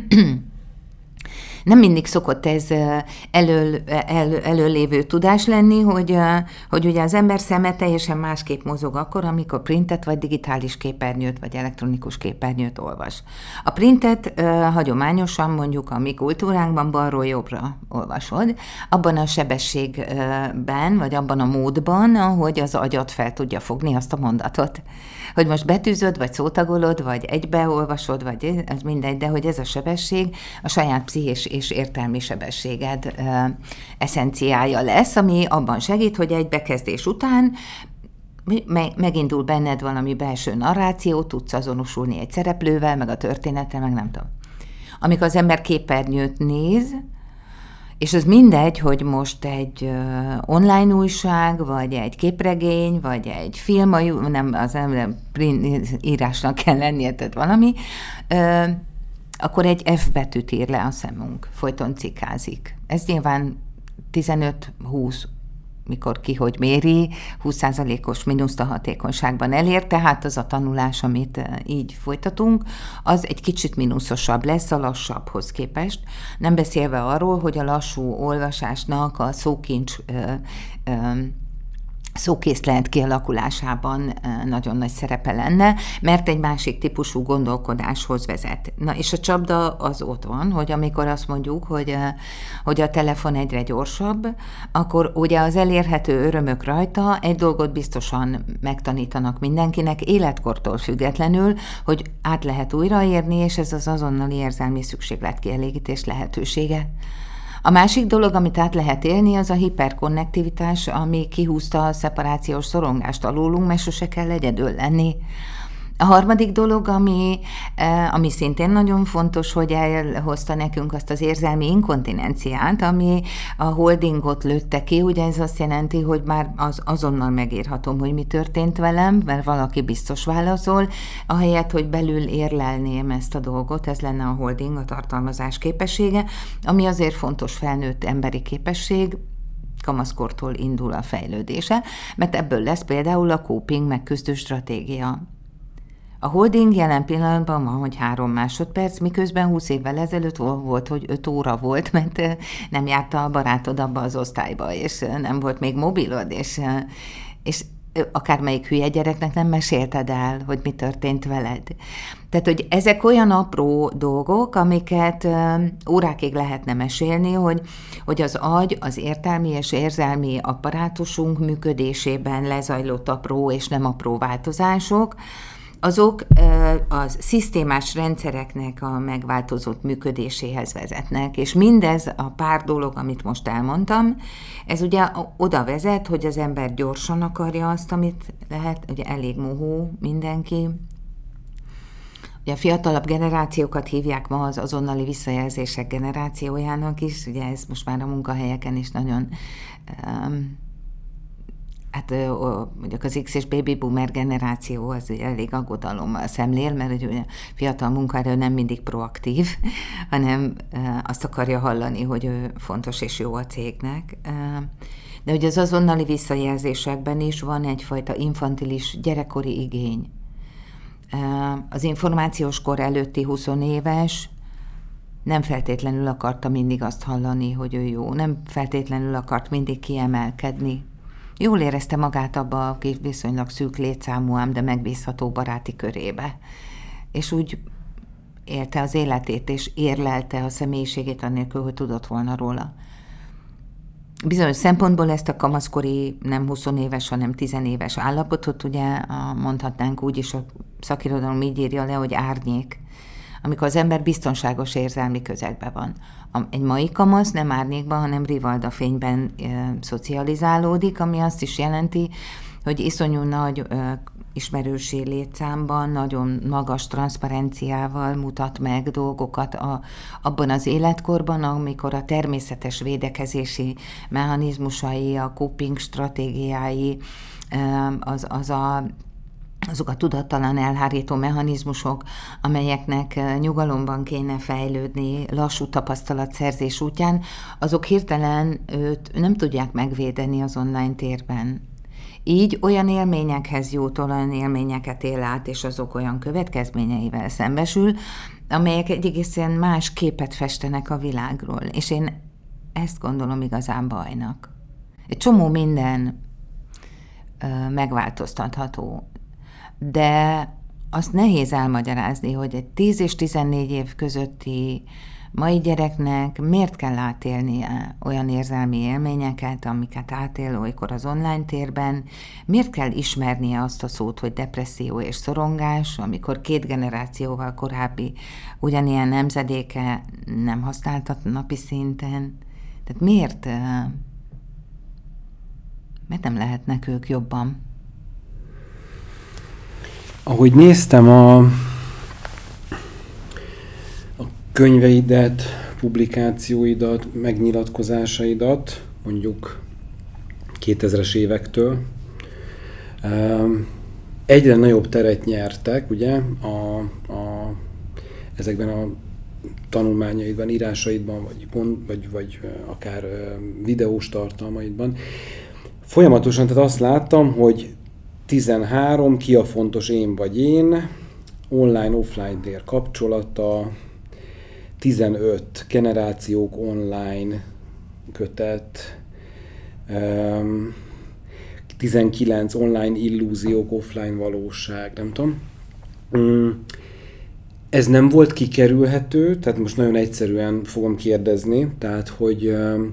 nem mindig szokott ez elől, el, előlévő tudás lenni, hogy, hogy ugye az ember szeme teljesen másképp mozog akkor, amikor printet, vagy digitális képernyőt, vagy elektronikus képernyőt olvas. A printet uh, hagyományosan mondjuk a mi kultúránkban balról jobbra olvasod, abban a sebességben, vagy abban a módban, ahogy az agyat fel tudja fogni azt a mondatot. Hogy most betűzöd, vagy szótagolod, vagy egybeolvasod, vagy ez mindegy, de hogy ez a sebesség a saját pszichés és értelmi sebességed uh, eszenciája lesz, ami abban segít, hogy egy bekezdés után me- megindul benned valami belső narráció, tudsz azonosulni egy szereplővel, meg a történettel, meg nem tudom. Amikor az ember képernyőt néz, és az mindegy, hogy most egy uh, online újság, vagy egy képregény, vagy egy film, nem, az nem írásnak kell lennie, tehát valami, uh, akkor egy F betűt ír le a szemünk, folyton cikázik. Ez nyilván tizenöt-húsz, mikor ki hogy méri, húsz százalékos mínuszt a hatékonyságban elér, tehát az a tanulás, amit így folytatunk, az egy kicsit mínuszosabb lesz a lassabbhoz képest. Nem beszélve arról, hogy a lassú olvasásnak a szókincs ö, ö, szókészlet kialakulásában nagyon nagy szerepe lenne, mert egy másik típusú gondolkodáshoz vezet. Na és a csapda az ott van, hogy amikor azt mondjuk, hogy, hogy a telefon egyre gyorsabb, akkor ugye az elérhető örömök rajta egy dolgot biztosan megtanítanak mindenkinek, életkortól függetlenül, hogy át lehet újraérni, és ez az azonnali érzelmi szükségletkielégítés lehetősége. A másik dolog, amit át lehet élni, az a hiperkonnektivitás, ami kihúzta a szeparációs szorongást alólunk, mert sose kell egyedül lenni. A harmadik dolog, ami, ami szintén nagyon fontos, hogy elhozta nekünk azt az érzelmi inkontinenciát, ami a holdingot lőtte ki, ugye ez azt jelenti, hogy már az, azonnal megírhatom, hogy mi történt velem, mert valaki biztos válaszol, ahelyett, hogy belül érlelném ezt a dolgot, ez lenne a holding, a tartalmazás képessége, ami azért fontos felnőtt emberi képesség, kamaszkortól indul a fejlődése, mert ebből lesz például a coping megküzdő stratégia. A holding jelen pillanatban van, hogy három másodperc, miközben húsz évvel ezelőtt volt, hogy öt óra volt, mert nem járta a barátod abba az osztályba, és nem volt még mobilod, és, és akármelyik hülye gyereknek nem mesélted el, hogy mi történt veled. Tehát, hogy ezek olyan apró dolgok, amiket órákig lehetne mesélni, hogy, hogy az agy, az értelmi és érzelmi apparátusunk működésében lezajlott apró és nem apró változások, azok a szisztémás rendszereknek a megváltozott működéséhez vezetnek, és mindez a pár dolog, amit most elmondtam, ez ugye oda vezet, hogy az ember gyorsan akarja azt, amit lehet, ugye elég mohó mindenki. Ugye a fiatalabb generációkat hívják ma az azonnali visszajelzések generációjának is, ugye ez most már a munkahelyeken is nagyon... Um, Hát mondjuk az X és Baby Boomer generáció az elég aggodalommal szemlél, mert ugye a fiatal munkaerő nem mindig proaktív, hanem azt akarja hallani, hogy ő fontos és jó a cégnek. De ugye az azonnali visszajelzésekben is van egyfajta infantilis gyerekkori igény. Az információs kor előtti huszonéves nem feltétlenül akarta mindig azt hallani, hogy ő jó, nem feltétlenül akart mindig kiemelkedni. Jól érezte magát abba a viszonylag szűk létszámú, ám de megbízható baráti körébe. És úgy élte az életét, és érlelte a személyiségét annélkül, hogy tudott volna róla. Bizonyos szempontból ezt a kamaszkori, nem huszonéves, hanem tizenéves állapotot, ugye mondhatnánk úgy is, a szakirodalom így írja le, hogy árnyék, amikor az ember biztonságos érzelmi közegben van. Egy mai kamasz nem árnyékban, hanem rivalda fényben e, szocializálódik, ami azt is jelenti, hogy iszonyú nagy e, ismerősi létszámban, nagyon magas transzparenciával mutat meg dolgokat a, abban az életkorban, amikor a természetes védekezési mechanizmusai, a coping stratégiái, az, az a azok a tudattalan elhárító mechanizmusok, amelyeknek nyugalomban kéne fejlődni lassú tapasztalatszerzés útján, azok hirtelen őt nem tudják megvédeni az online térben. Így olyan élményekhez jut, olyan élményeket él át, és azok olyan következményeivel szembesül, amelyek egy egészen más képet festenek a világról. És én ezt gondolom igazán bajnak. Egy csomó minden ö, megváltoztatható, de azt nehéz elmagyarázni, hogy egy tíz és tizennégy év közötti mai gyereknek miért kell átélnie olyan érzelmi élményeket, amiket átél olykor az online térben, miért kell ismernie azt a szót, hogy depresszió és szorongás, amikor két generációval korábbi ugyanilyen nemzedéke nem használtat napi szinten. Tehát miért, miért nem lehetnek ők jobban? Ahogy néztem a, a könyveidet, publikációidat, megnyilatkozásaidat, mondjuk kétezres évektől, egyre nagyobb teret nyertek, ugye, a, a, ezekben a tanulmányaidban, írásaidban, vagy, vagy, vagy akár videós tartalmaidban. Folyamatosan, tehát azt láttam, hogy tizenhárom, ki a fontos, én vagy én, online-offline tér kapcsolata, tizenöt, generációk online kötet, tizenkilenc, online illúziók, offline valóság, nem tudom. Ez nem volt kikerülhető, tehát most nagyon egyszerűen fogom kérdezni, tehát hogy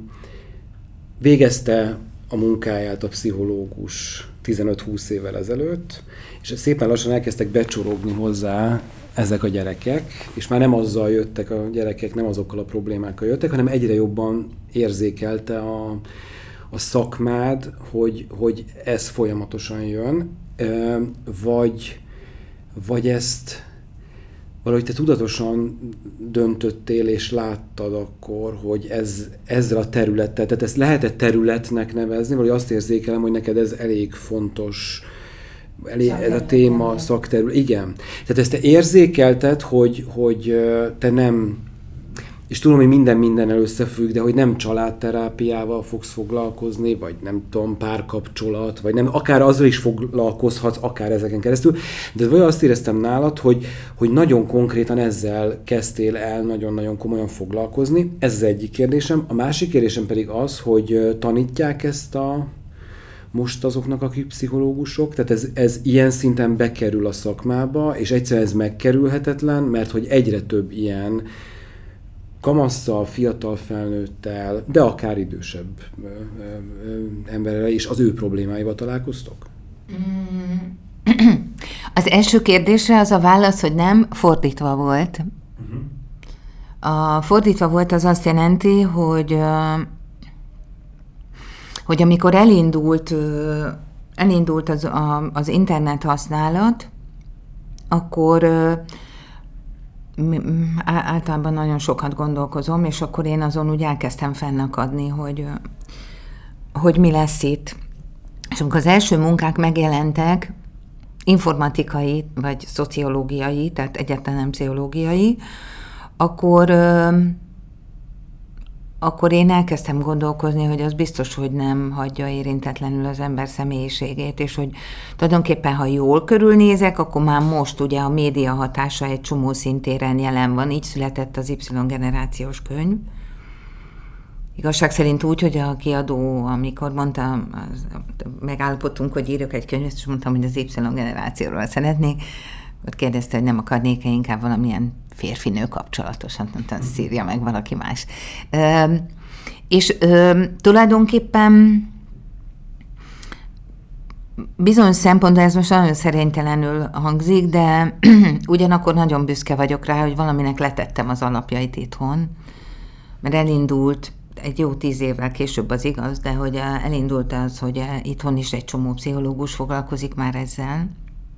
végezte a munkáját a pszichológus tizenöt-húsz évvel ezelőtt, és szépen lassan elkezdtek becsorogni hozzá ezek a gyerekek, és már nem azzal jöttek a gyerekek, nem azokkal a problémákkal jöttek, hanem egyre jobban érzékelte a, a szakmád, hogy, hogy ez folyamatosan jön, vagy, vagy ezt valahogy te tudatosan döntöttél és láttad akkor, hogy ez, ezzel a területtel, tehát ezt lehet-e területnek nevezni, vagy azt érzékelem, hogy neked ez elég fontos, elég, ez a téma, szakterület. Igen. Tehát ezt te érzékelted, hogy, hogy te nem, és tudom, hogy minden mindennel összefügg, de hogy nem családterápiával fogsz foglalkozni, vagy nem tudom, párkapcsolat, vagy nem, akár azzal is foglalkozhatsz, akár ezeken keresztül, de vagy azt éreztem nálad, hogy, hogy nagyon konkrétan ezzel kezdtél el nagyon-nagyon komolyan foglalkozni. Ez az egyik kérdésem. A másik kérdésem pedig az, hogy tanítják ezt a most azoknak, akik pszichológusok, tehát ez, ez ilyen szinten bekerül a szakmába, és egyszerűen ez megkerülhetetlen, mert hogy egyre több ilyen kamasszal, fiatal felnőttel, de akár idősebb ö, ö, emberrel is az ő problémáival találkoztok? Az első kérdésre az a válasz, hogy nem, fordítva volt. Uh-huh. A fordítva volt az azt jelenti, hogy, hogy amikor elindult, elindult az, a, az internet használat, akkor általában nagyon sokat gondolkozom, és akkor én azon úgy elkezdtem fennakadni, hogy, hogy mi lesz itt. És amikor az első munkák megjelentek, informatikai vagy szociológiai, tehát egyáltalán nem pszichológiai, akkor, akkor én elkezdtem gondolkozni, hogy az biztos, hogy nem hagyja érintetlenül az ember személyiségét, és hogy tulajdonképpen, ha jól körülnézek, akkor már most ugye a média hatása egy csomó szintéren jelen van, így született az Y-generációs könyv. Igazság szerint úgy, hogy a kiadó, amikor mondtam, megállapodtunk, hogy írok egy könyvet, és mondtam, hogy az Y-generációról szeretnék, ott kérdezte, hogy nem akarnék-e inkább valamilyen férfi-nő kapcsolatosan, mondtam, szírja meg valaki más. Ö, és ö, tulajdonképpen bizonyos szempontból ez most nagyon szerénytelenül hangzik, de ugyanakkor nagyon büszke vagyok rá, hogy valaminek letettem az alapjait itthon, mert elindult, egy jó tíz évvel később az igaz, de hogy elindult az, hogy itthon is egy csomó pszichológus foglalkozik már ezzel,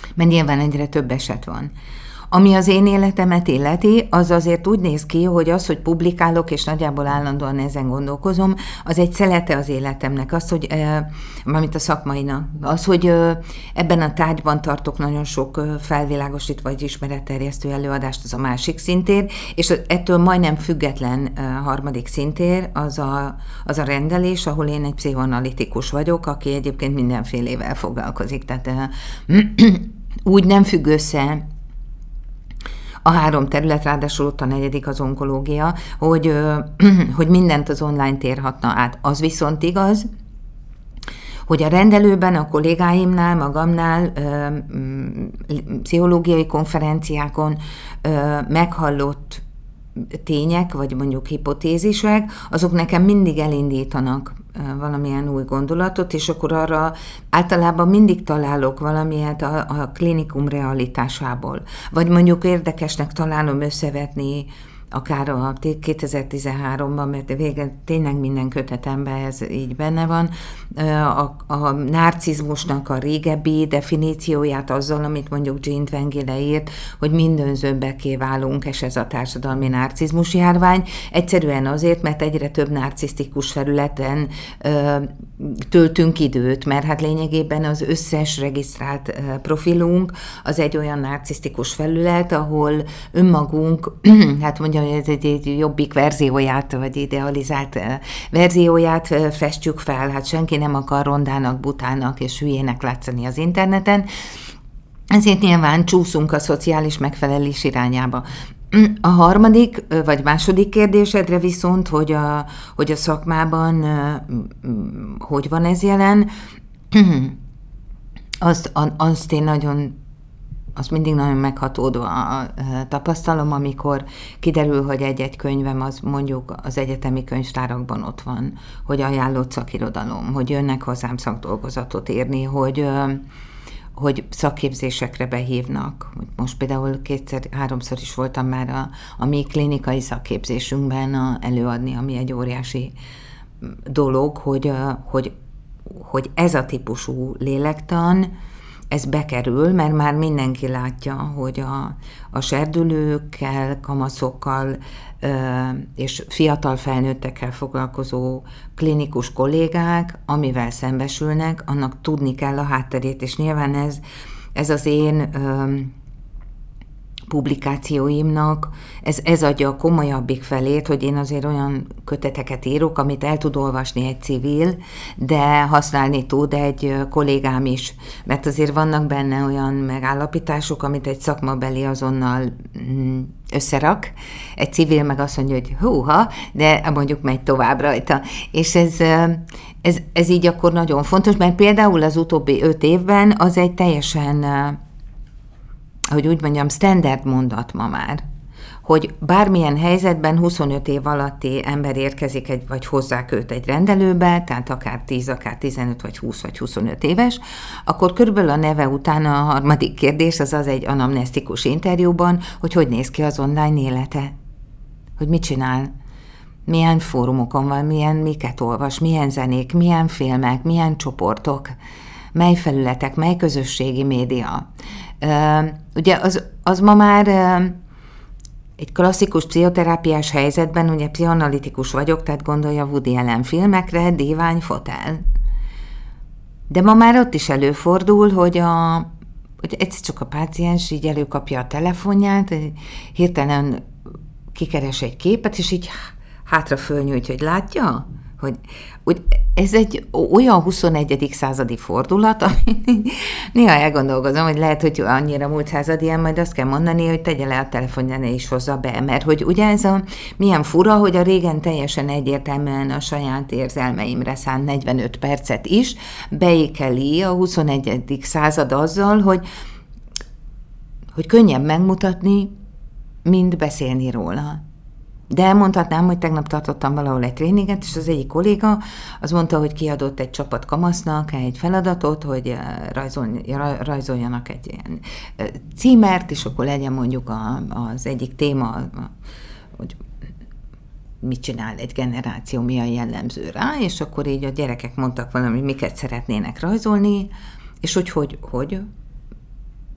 mert nyilván egyre több eset van. Ami az én életemet illeti, az azért úgy néz ki, hogy az, hogy publikálok, és nagyjából állandóan ezen gondolkozom, az egy szelete az életemnek, az, hogy, mármint a szakmainak, az, hogy ebben a tárgyban tartok nagyon sok felvilágosít vagy ismeretterjesztő előadást, az a másik szintér, és ettől majdnem független harmadik szintér, az a, az a rendelés, ahol én egy pszichoanalitikus vagyok, aki egyébként mindenfélével foglalkozik, tehát úgy nem függ össze a három terület, ráadásul ott a negyedik az onkológia, hogy, hogy mindent az online térhatna át. Az viszont igaz, hogy a rendelőben, a kollégáimnál, magamnál, pszichológiai konferenciákon meghallott tények, vagy mondjuk hipotézisek, azok nekem mindig elindítanak valamilyen új gondolatot, és akkor arra általában mindig találok valamilyet a, a klinikum realitásából. Vagy mondjuk érdekesnek találom összevetni akár a kétezer-tizenháromban, mert végén tényleg minden kötetemben ez így benne van, a, a narcizmusnak a régebbi definícióját azzal, amit mondjuk Jean Twenge leírt, hogy mindönzőbbekké válunk, és ez a társadalmi narcizmus járvány. Egyszerűen azért, mert egyre több narcisztikus felületen ö, töltünk időt, mert hát lényegében az összes regisztrált ö, profilunk az egy olyan narcisztikus felület, ahol önmagunk, hát mondjuk ez egy, egy jobbik verzióját, vagy idealizált verzióját festjük fel. Hát senki nem akar rondának, butának és hülyének látszani az interneten. Ezért nyilván csúszunk a szociális megfelelés irányába. A harmadik, vagy második kérdésedre viszont, hogy a, hogy a szakmában hogy van ez jelen, azt, azt én nagyon azt mindig nagyon meghatódva tapasztalom, amikor kiderül, hogy egy-egy könyvem az mondjuk az egyetemi könyvtárakban ott van, hogy ajánlott szakirodalom, hogy jönnek hozzám szakdolgozatot írni, hogy, hogy szakképzésekre behívnak. Most például kétszer-háromszor is voltam már a, a mi klinikai szakképzésünkben a, előadni, ami egy óriási dolog, hogy, hogy, hogy ez a típusú lélektan, ez bekerül, mert már mindenki látja, hogy a, a serdülőkkel, kamaszokkal ö, és fiatal felnőttekkel foglalkozó klinikus kollégák, amivel szembesülnek, annak tudni kell a hátterét, és nyilván ez, ez az én ö, publikációimnak, ez, ez adja a komolyabbik felét, hogy én azért olyan köteteket írok, amit el tud olvasni egy civil, de használni tud egy kollégám is, mert azért vannak benne olyan megállapítások, amit egy szakmabeli azonnal összerak, egy civil meg azt mondja, hogy húha, de mondjuk megy tovább rajta. És ez, ez, ez így akkor nagyon fontos, mert például az utóbbi öt évben az egy teljesen, hogy úgy mondjam, standard mondat ma már, hogy bármilyen helyzetben huszonöt év alatti ember érkezik, egy, vagy hozzák őt egy rendelőbe, tehát akár tíz, akár tizenöt, vagy húsz, vagy huszonöt éves, akkor körülbelül a neve után a harmadik kérdés, az az egy anamnesztikus interjúban, hogy hogy néz ki az online élete, hogy mit csinál, milyen fórumokon van, milyen miket olvas, milyen zenék, milyen filmek, milyen csoportok, mely felületek, mely közösségi média. Uh, ugye az, az ma már uh, egy klasszikus pszichoterápiás helyzetben, ugye pszichoanalitikus vagyok, tehát gondolja Woody Allen filmekre, divány, fotel. De ma már ott is előfordul, hogy, a, hogy egyszer csak a páciens így előkapja a telefonját, hirtelen kikeres egy képet, és így hátra fölnyújt, hogy látja, hogy úgy, ez egy olyan huszonegyedik századi fordulat, ami néha elgondolkozom, hogy lehet, hogy annyira múlt század ilyen, majd azt kell mondani, hogy tegye le a telefonja, ne is hozza be, mert hogy ugye ez a milyen fura, hogy a régen teljesen egyértelműen a saját érzelmeimre szánt negyvenöt percet is beékeli a huszonegyedik század azzal, hogy, hogy könnyebb megmutatni, mint beszélni róla. De mondhatnám, hogy tegnap tartottam valahol egy tréninget, és az egyik kolléga az mondta, hogy kiadott egy csapat kamasznak egy feladatot, hogy rajzoljanak egy ilyen címert, és akkor legyen mondjuk az egyik téma, hogy mit csinál egy generáció, mi a jellemző rá, és akkor így a gyerekek mondtak valami, miket szeretnének rajzolni, és hogy hogy, hogy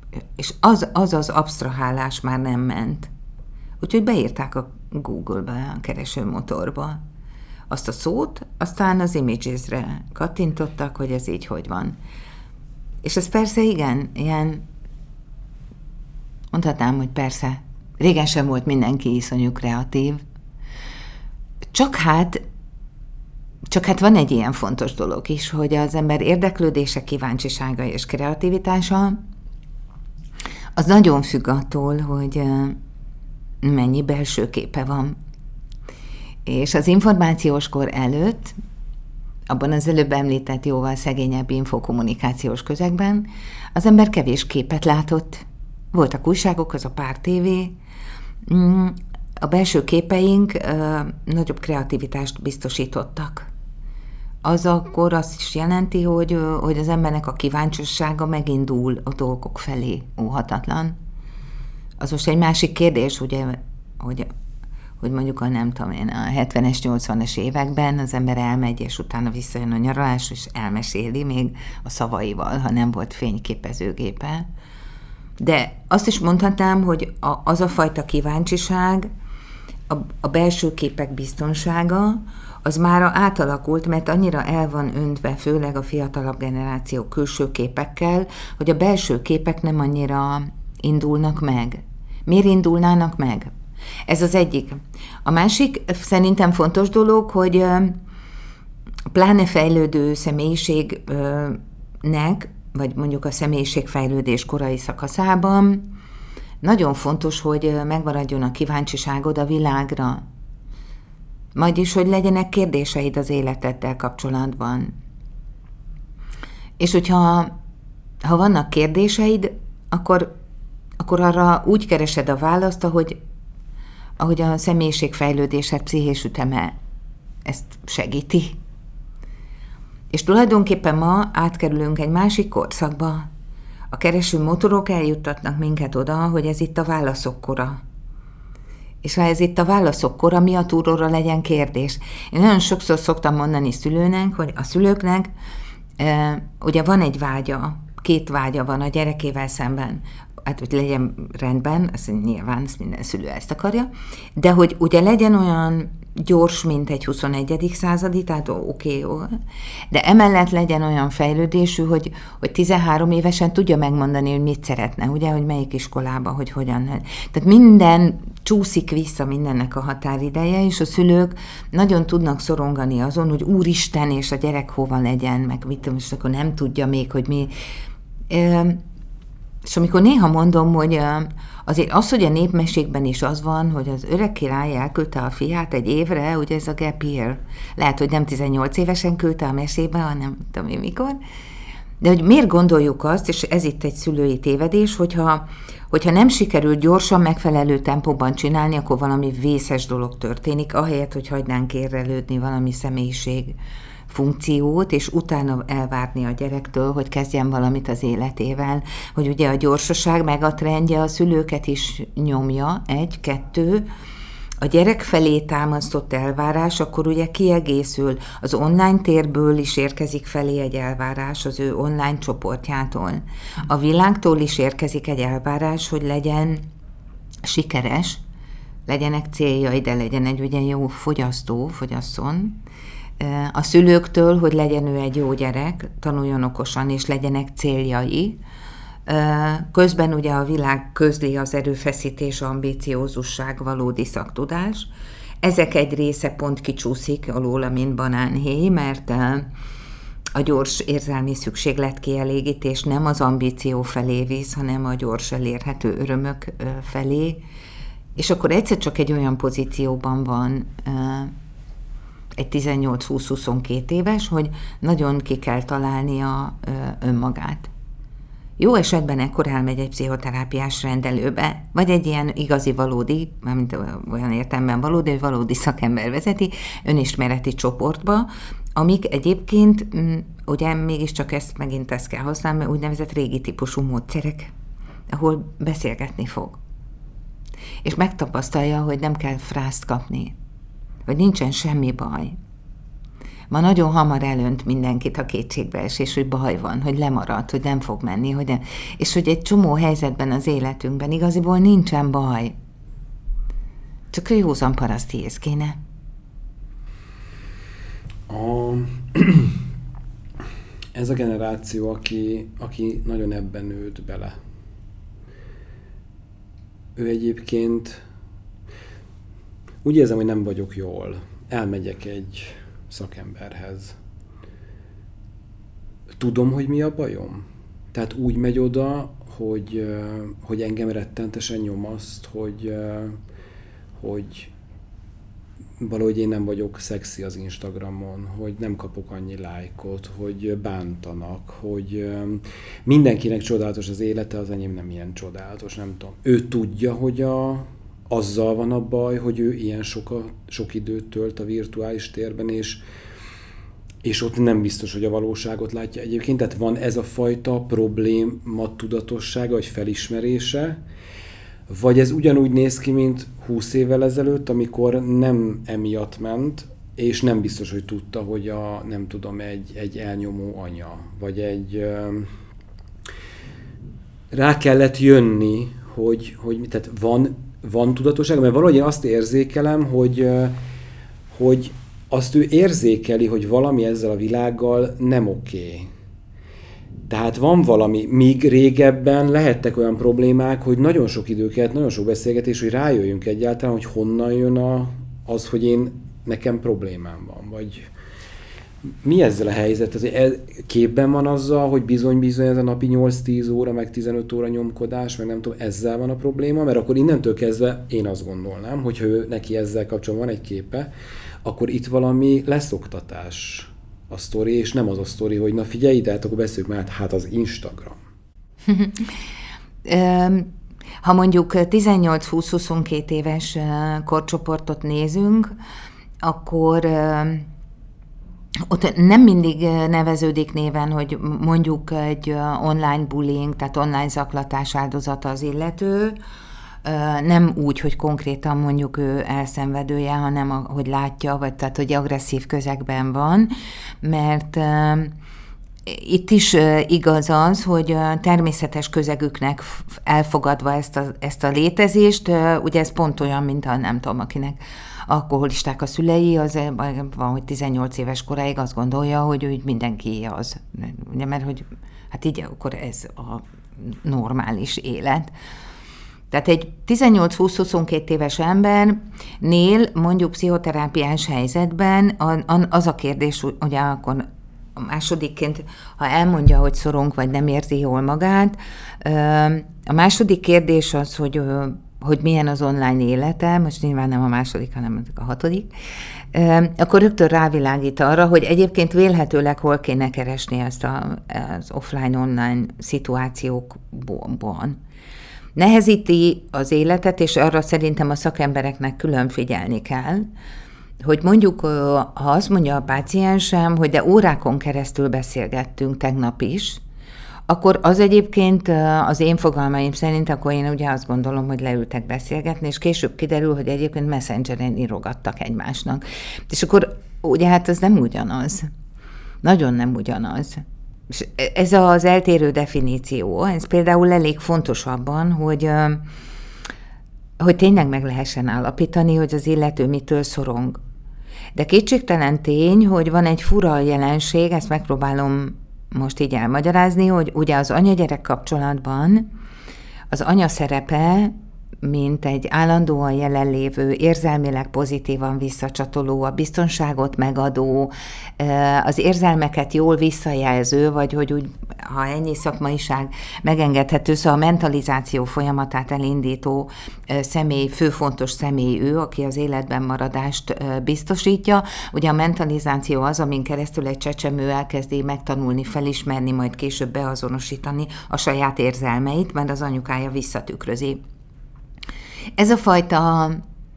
és az, az az absztrahálás már nem ment. Úgyhogy beírták a Google-be, a keresőmotorba azt a szót, aztán az Images-re kattintottak, hogy ez így hogy van. És ez persze igen, ilyen, mondhatnám, hogy persze, régen sem volt mindenki iszonyú kreatív, csak hát, csak hát van egy ilyen fontos dolog is, hogy az ember érdeklődése, kíváncsisága és kreativitása, az nagyon függ attól, hogy mennyi belső képe van. És az információs kor előtt, abban az előbb említett jóval szegényebb infokommunikációs közegben, az ember kevés képet látott. Voltak újságok, az a Pár tévé. A belső képeink ö, nagyobb kreativitást biztosítottak. Az akkor azt is jelenti, hogy, hogy az embernek a kíváncsisága megindul a dolgok felé, óhatatlan. Az most egy másik kérdés, ugye, hogy, hogy mondjuk a nem tudom én, a hetvenes, nyolcvanas években az ember elmegy, és utána visszajön a nyaralás, és elmeséli még a szavaival, ha nem volt fényképezőgépe. De azt is mondhatnám, hogy a, az a fajta kíváncsiság, a, a belső képek biztonsága, az már átalakult, mert annyira el van öntve, főleg a fiatalabb generáció külső képekkel, hogy a belső képek nem annyira indulnak meg. Miért indulnának meg? Ez az egyik. A másik szerintem fontos dolog, hogy pláne fejlődő személyiségnek, vagy mondjuk a személyiségfejlődés korai szakaszában nagyon fontos, hogy megmaradjon a kíváncsiságod a világra. Majd is, hogy legyenek kérdéseid az életeddel kapcsolatban. És hogyha ha vannak kérdéseid, akkor, akkor arra úgy keresed a választ, ahogy, ahogy a személyiségfejlődésed pszichés üteme ezt segíti. És tulajdonképpen ma átkerülünk egy másik korszakba. A kereső motorok eljuttatnak minket oda, hogy ez itt a válaszok kora. És ha ez itt a válaszok kora, mi a túróra legyen kérdés. Én nagyon sokszor szoktam mondani szülőnek, hogy a szülőknek e, ugye van egy vágya, két vágya van a gyerekével szemben, hát hogy legyen rendben, ez nyilván ez minden szülő ezt akarja, de hogy ugye legyen olyan gyors, mint egy huszonegyedik századi, tehát oké, okay, de emellett legyen olyan fejlődésű, hogy, hogy tizenhárom évesen tudja megmondani, hogy mit szeretne, ugye, hogy melyik iskolába, hogy hogyan. Tehát minden csúszik vissza mindennek a határideje, és a szülők nagyon tudnak szorongani azon, hogy úristen, és a gyerek hova legyen, meg mit tudom, és akkor nem tudja még, hogy mi... És amikor néha mondom, hogy azért az, hogy a népmesékben is az van, hogy az öreg király elküldte a fiát egy évre, ugye ez a gap year. Lehet, hogy nem tizennyolc évesen küldte a mesébe, hanem tudom én mikor. De hogy miért gondoljuk azt, és ez itt egy szülői tévedés, hogyha, hogyha nem sikerül gyorsan, megfelelő tempóban csinálni, akkor valami vészes dolog történik, ahelyett, hogy hagynánk érrelődni valami személyiség funkciót, és utána elvárni a gyerektől, hogy kezdjen valamit az életével. Hogy ugye a gyorsaság meg a trendje a szülőket is nyomja, egy, kettő, a gyerek felé támasztott elvárás, akkor ugye kiegészül. Az online térből is érkezik felé egy elvárás az ő online csoportjától. A világtól is érkezik egy elvárás, hogy legyen sikeres, legyenek céljai, de legyen egy ugye jó fogyasztó, fogyasszon. A szülőktől, hogy legyen ő egy jó gyerek, tanuljon okosan, és legyenek céljai. Közben ugye a világ közli az erőfeszítés, ambíciózusság, valódi szaktudás. Ezek egy része pont kicsúszik alóla, mint banánhéj, mert a gyors érzelmi szükséglet kielégítés nem az ambíció felé visz, hanem a gyors elérhető örömök felé. És akkor egyszer csak egy olyan pozícióban van egy tizennyolc-húsz-huszonkettő éves, hogy nagyon ki kell találnia önmagát. Jó esetben ekkor elmegy egy pszichoterápiás rendelőbe, vagy egy ilyen igazi valódi, mármint olyan értelemben valódi, hogy valódi szakember vezeti, önismereti csoportba, amik egyébként, ugye mégiscsak ezt megint ezt kell használni, úgynevezett régi típusú módszerek, ahol beszélgetni fog. És megtapasztalja, hogy nem kell frászt kapni, hogy nincsen semmi baj. Ma nagyon hamar elönt mindenkit a kétségbeesés, hogy baj van, hogy lemarad, hogy nem fog menni, hogy nem. És hogy egy csomó helyzetben az életünkben igaziból nincsen baj. Csak józan paraszti ész kéne. A... Ez a generáció, aki, aki nagyon ebben nőtt bele. Ő egyébként úgy érzem, hogy nem vagyok jól. Elmegyek egy szakemberhez. Tudom, hogy mi a bajom. Tehát úgy megy oda, hogy, hogy engem rettentesen nyomaszt, hogy, hogy valahogy én nem vagyok szexi az Instagramon, hogy nem kapok annyi lájkot, hogy bántanak, hogy mindenkinek csodálatos az élete, az enyém nem ilyen csodálatos, nem tudom. Ő tudja, hogy a, azzal van a baj, hogy ő ilyen soka, sok időt tölt a virtuális térben, és, és ott nem biztos, hogy a valóságot látja egyébként. Tehát van ez a fajta probléma tudatossága, vagy felismerése, vagy ez ugyanúgy néz ki, mint húsz évvel ezelőtt, amikor nem emiatt ment, és nem biztos, hogy tudta, hogy a, nem tudom, egy, egy elnyomó anya, vagy egy... Rá kellett jönni, hogy, hogy tehát van, van tudatosság, mert valahogy én azt érzékelem, hogy, hogy azt ő érzékeli, hogy valami ezzel a világgal nem oké. Tehát van valami, míg régebben lehettek olyan problémák, hogy nagyon sok idő kellett, nagyon sok beszélgetés, hogy rájöjjünk egyáltalán, hogy honnan jön a, az, hogy én, nekem problémám van, vagy mi ezzel a helyzet? Ez képben van azzal, hogy bizony-bizony ez a napi nyolc-tíz óra, meg tizenöt óra nyomkodás, meg nem tudom, ezzel van a probléma, mert akkor innentől kezdve én azt gondolnám, hogyha ő, neki ezzel kapcsolatban van egy képe, akkor itt valami leszoktatás a sztori, és nem az a sztori, hogy na figyelj ide, hát akkor beszéljük már, hát az Instagram. Ha mondjuk tizennyolc-húsz-huszonkettő éves korcsoportot nézünk, akkor ott nem mindig neveződik néven, hogy mondjuk egy online bullying, tehát online zaklatás áldozata az illető, nem úgy, hogy konkrétan mondjuk ő elszenvedője, hanem hogy látja, vagy tehát, hogy agresszív közegben van, mert itt is igaz az, hogy természetes közegüknek elfogadva ezt a, ezt a létezést, ugye ez pont olyan, mint a nem tudom, akinek alkoholisták a szülei, az van, hogy tizennyolc éves koráig azt gondolja, hogy ő mindenki az. Ugye, mert hogy hát így akkor ez a normális élet. Tehát egy tizennyolc-húsz-huszonkettő éves embernél mondjuk pszichoterápiás helyzetben az a kérdés, ugye akkor a másodikként, ha elmondja, hogy szorong, vagy nem érzi jól magát, a második kérdés az, hogy, hogy milyen az online élete, most nyilván nem a második, hanem a hatodik, akkor rögtön rávilágít arra, hogy egyébként vélhetőleg hol kéne keresni ezt a, az offline-online szituációkban. Nehezíti az életet, és arra szerintem a szakembereknek külön figyelni kell, hogy mondjuk, ha azt mondja a páciensem, hogy de órákon keresztül beszélgettünk tegnap is, akkor az egyébként az én fogalmaim szerint, akkor én ugye azt gondolom, hogy leültek beszélgetni, és később kiderül, hogy egyébként Messengeren írogattak egymásnak. És akkor ugye hát az nem ugyanaz. Nagyon nem ugyanaz. És ez az eltérő definíció, ez például elég fontos abban, hogy, hogy tényleg meg lehessen állapítani, hogy az illető mitől szorong. De kétségtelen tény, hogy van egy fura jelenség, ezt megpróbálom most így elmagyarázni, hogy ugye az anya-gyerek kapcsolatban az anya szerepe, mint egy állandóan jelenlévő, érzelmileg pozitívan visszacsatoló, a biztonságot megadó, az érzelmeket jól visszajelző, vagy hogy úgy, ha ennyi szakmaiság megengedhető, szóval a mentalizáció folyamatát elindító személy, főfontos személy ő, aki az életben maradást biztosítja. Ugye a mentalizáció az, amin keresztül egy csecsemő elkezdi megtanulni, felismerni, majd később beazonosítani a saját érzelmeit, mert az anyukája visszatükrözi. Ez a fajta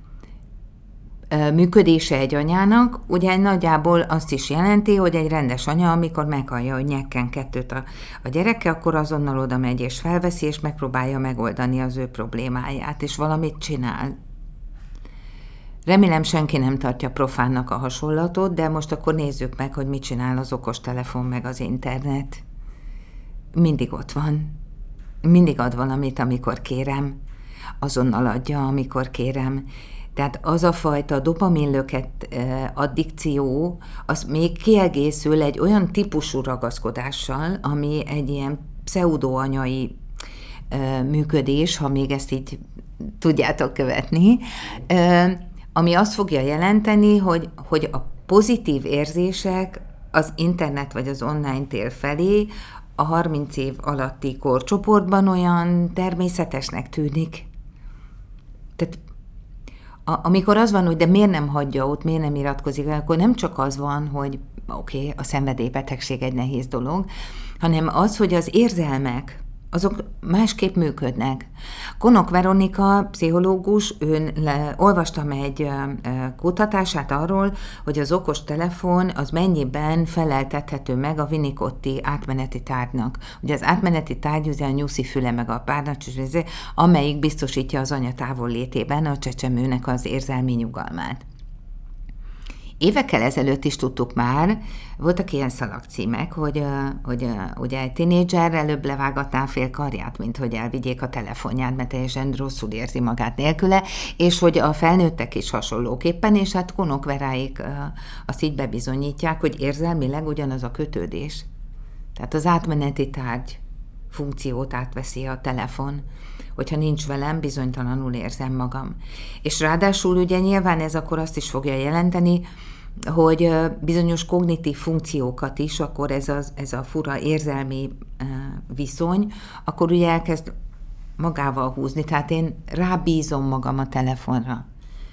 működése egy anyának, ugye nagyjából azt is jelenti, hogy egy rendes anya, amikor meghallja, hogy nyekken kettőt a, a gyereke, akkor azonnal oda megy és felveszi, és megpróbálja megoldani az ő problémáját, és valamit csinál. Remélem senki nem tartja profánnak a hasonlatot, de most akkor nézzük meg, hogy mit csinál az okostelefon meg az internet. Mindig ott van. Mindig ad valamit, amikor kérem. Azonnal adja, amikor kérem. Tehát az a fajta dopaminlöket eh, addikció, az még kiegészül egy olyan típusú ragaszkodással, ami egy ilyen pseudoanyai eh, működés, ha még ezt így tudjátok követni, eh, ami azt fogja jelenteni, hogy, hogy a pozitív érzések az internet vagy az online tér felé a harminc év alatti korcsoportban olyan természetesnek tűnik. Tehát a, amikor az van, hogy de miért nem hagyja ott, miért nem iratkozik, akkor nem csak az van, hogy oké, okay, a szenvedélybetegség egy nehéz dolog, hanem az, hogy az érzelmek, azok másképp működnek. Konok Veronika, pszichológus, ő le, olvastam egy e, kutatását arról, hogy az okostelefon az mennyiben feleltethető meg a Winnicott-i átmeneti tárgynak. Ugye az átmeneti tárgy ugye a nyuszi füle meg a párnacs, amelyik biztosítja az anya távollétében a csecsemőnek az érzelmi nyugalmát. Évekkel ezelőtt is tudtuk már, voltak ilyen szalagcímek, hogy, hogy ugye egy tinédzser előbb levágatná fél karját, mint hogy elvigyék a telefonját, mert teljesen rosszul érzi magát nélküle, és hogy a felnőttek is hasonlóképpen, és hát Konok Veráik azt így bebizonyítják, hogy érzelmileg ugyanaz a kötődés. Tehát az átmeneti tárgy funkciót átveszi a telefon. Hogyha nincs velem, bizonytalanul érzem magam. És ráadásul ugye nyilván ez akkor azt is fogja jelenteni, hogy bizonyos kognitív funkciókat is, akkor ez, az, ez a fura érzelmi viszony, akkor ugye elkezd magával húzni. Tehát én rábízom magam a telefonra.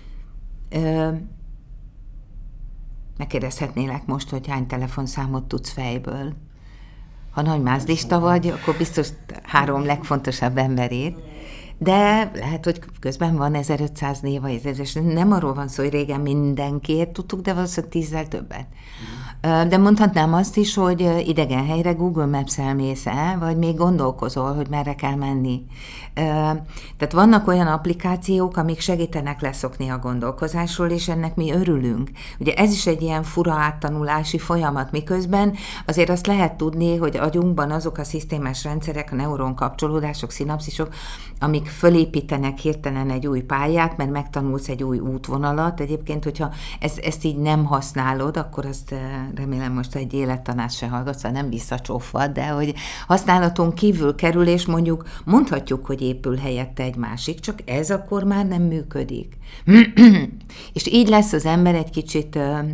Megkérdezhetnélek most, hogy hány telefonszámot tudsz fejből. Ha nagy mázlista vagy, akkor biztos három legfontosabb emberét. De lehet, hogy közben van ezerötszáz név, és nem arról van szó, hogy régen mindenkiért tudtuk, de valószínűleg tízzel többet. De mondhatnám azt is, hogy idegen helyre Google Maps-el mész el, vagy még gondolkozol, hogy merre kell menni. Tehát vannak olyan applikációk, amik segítenek leszokni a gondolkozásról, és ennek mi örülünk. Ugye ez is egy ilyen fura áttanulási folyamat, miközben azért azt lehet tudni, hogy agyunkban azok a szisztémás rendszerek, a neuron kapcsolódások, szinapszisok, amik fölépítenek hirtelen egy új pályát, mert megtanulsz egy új útvonalat. Egyébként, hogyha ezt, ezt így nem használod, akkor azt remélem most egy élettanács se hallgatsz, nem visszacsófvad, de hogy használaton kívül kerül, és mondjuk mondhatjuk, hogy épül helyette egy másik, csak ez akkor már nem működik. És így lesz az ember egy kicsit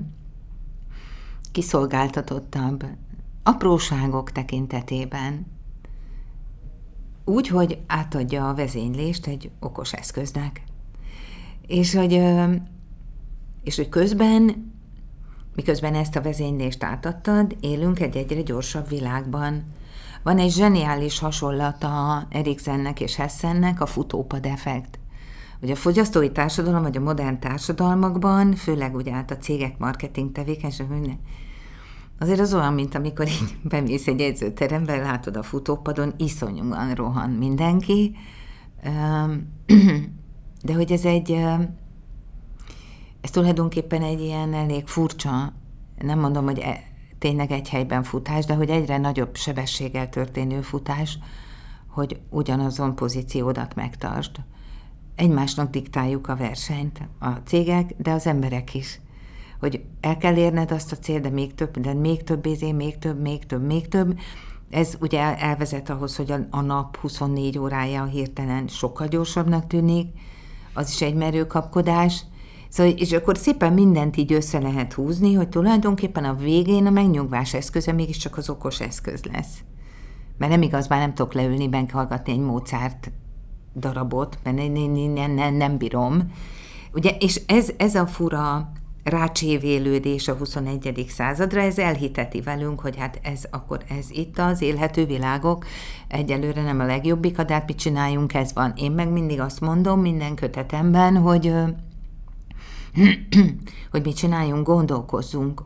kiszolgáltatottabb apróságok tekintetében. Úgy, hogy átadja a vezénylést egy okos eszköznek. És hogy, és hogy közben, miközben ezt a vezénylést átadtad, élünk egy egyre gyorsabb világban. Van egy zseniális hasonlata Eriksennek és Hessennek, a futópad effekt. Ugye a fogyasztói társadalom, vagy a modern társadalmakban, főleg ugye át a cégek marketing tevékenység, minden, azért az olyan, mint amikor így bemész egy edzőterembe, látod a futópadon, iszonyúan rohan mindenki, de hogy ez egy, ez tulajdonképpen egy ilyen elég furcsa, nem mondom, hogy tényleg egy helyben futás, de hogy egyre nagyobb sebességgel történő futás, hogy ugyanazon pozíciódat megtartsd. Egymásnak diktáljuk a versenyt, a cégek, de az emberek is. Hogy el kell érned azt a cél, de még több, de még több izé, még több, még több, még több. Ez ugye elvezet ahhoz, hogy a, a nap huszonnégy órája hirtelen sokkal gyorsabbnak tűnik, az is egy merőkapkodás. Szóval, és akkor szépen mindent így össze lehet húzni, hogy tulajdonképpen a végén a megnyugvás eszköze mégiscsak az okos eszköz lesz. Mert nem igaz, már nem tudok leülni, benne hallgatni egy Mozart darabot, mert nem, nem, nem, nem bírom. Ugye, és ez, ez a fura rácsévélődés a huszonegyedik századra, ez elhiteti velünk, hogy hát ez akkor ez itt az élhető világok, egyelőre nem a legjobbik, de hát mit csináljunk, ez van. Én meg mindig azt mondom minden kötetemben, hogy, hogy mit csináljunk, gondolkozzunk.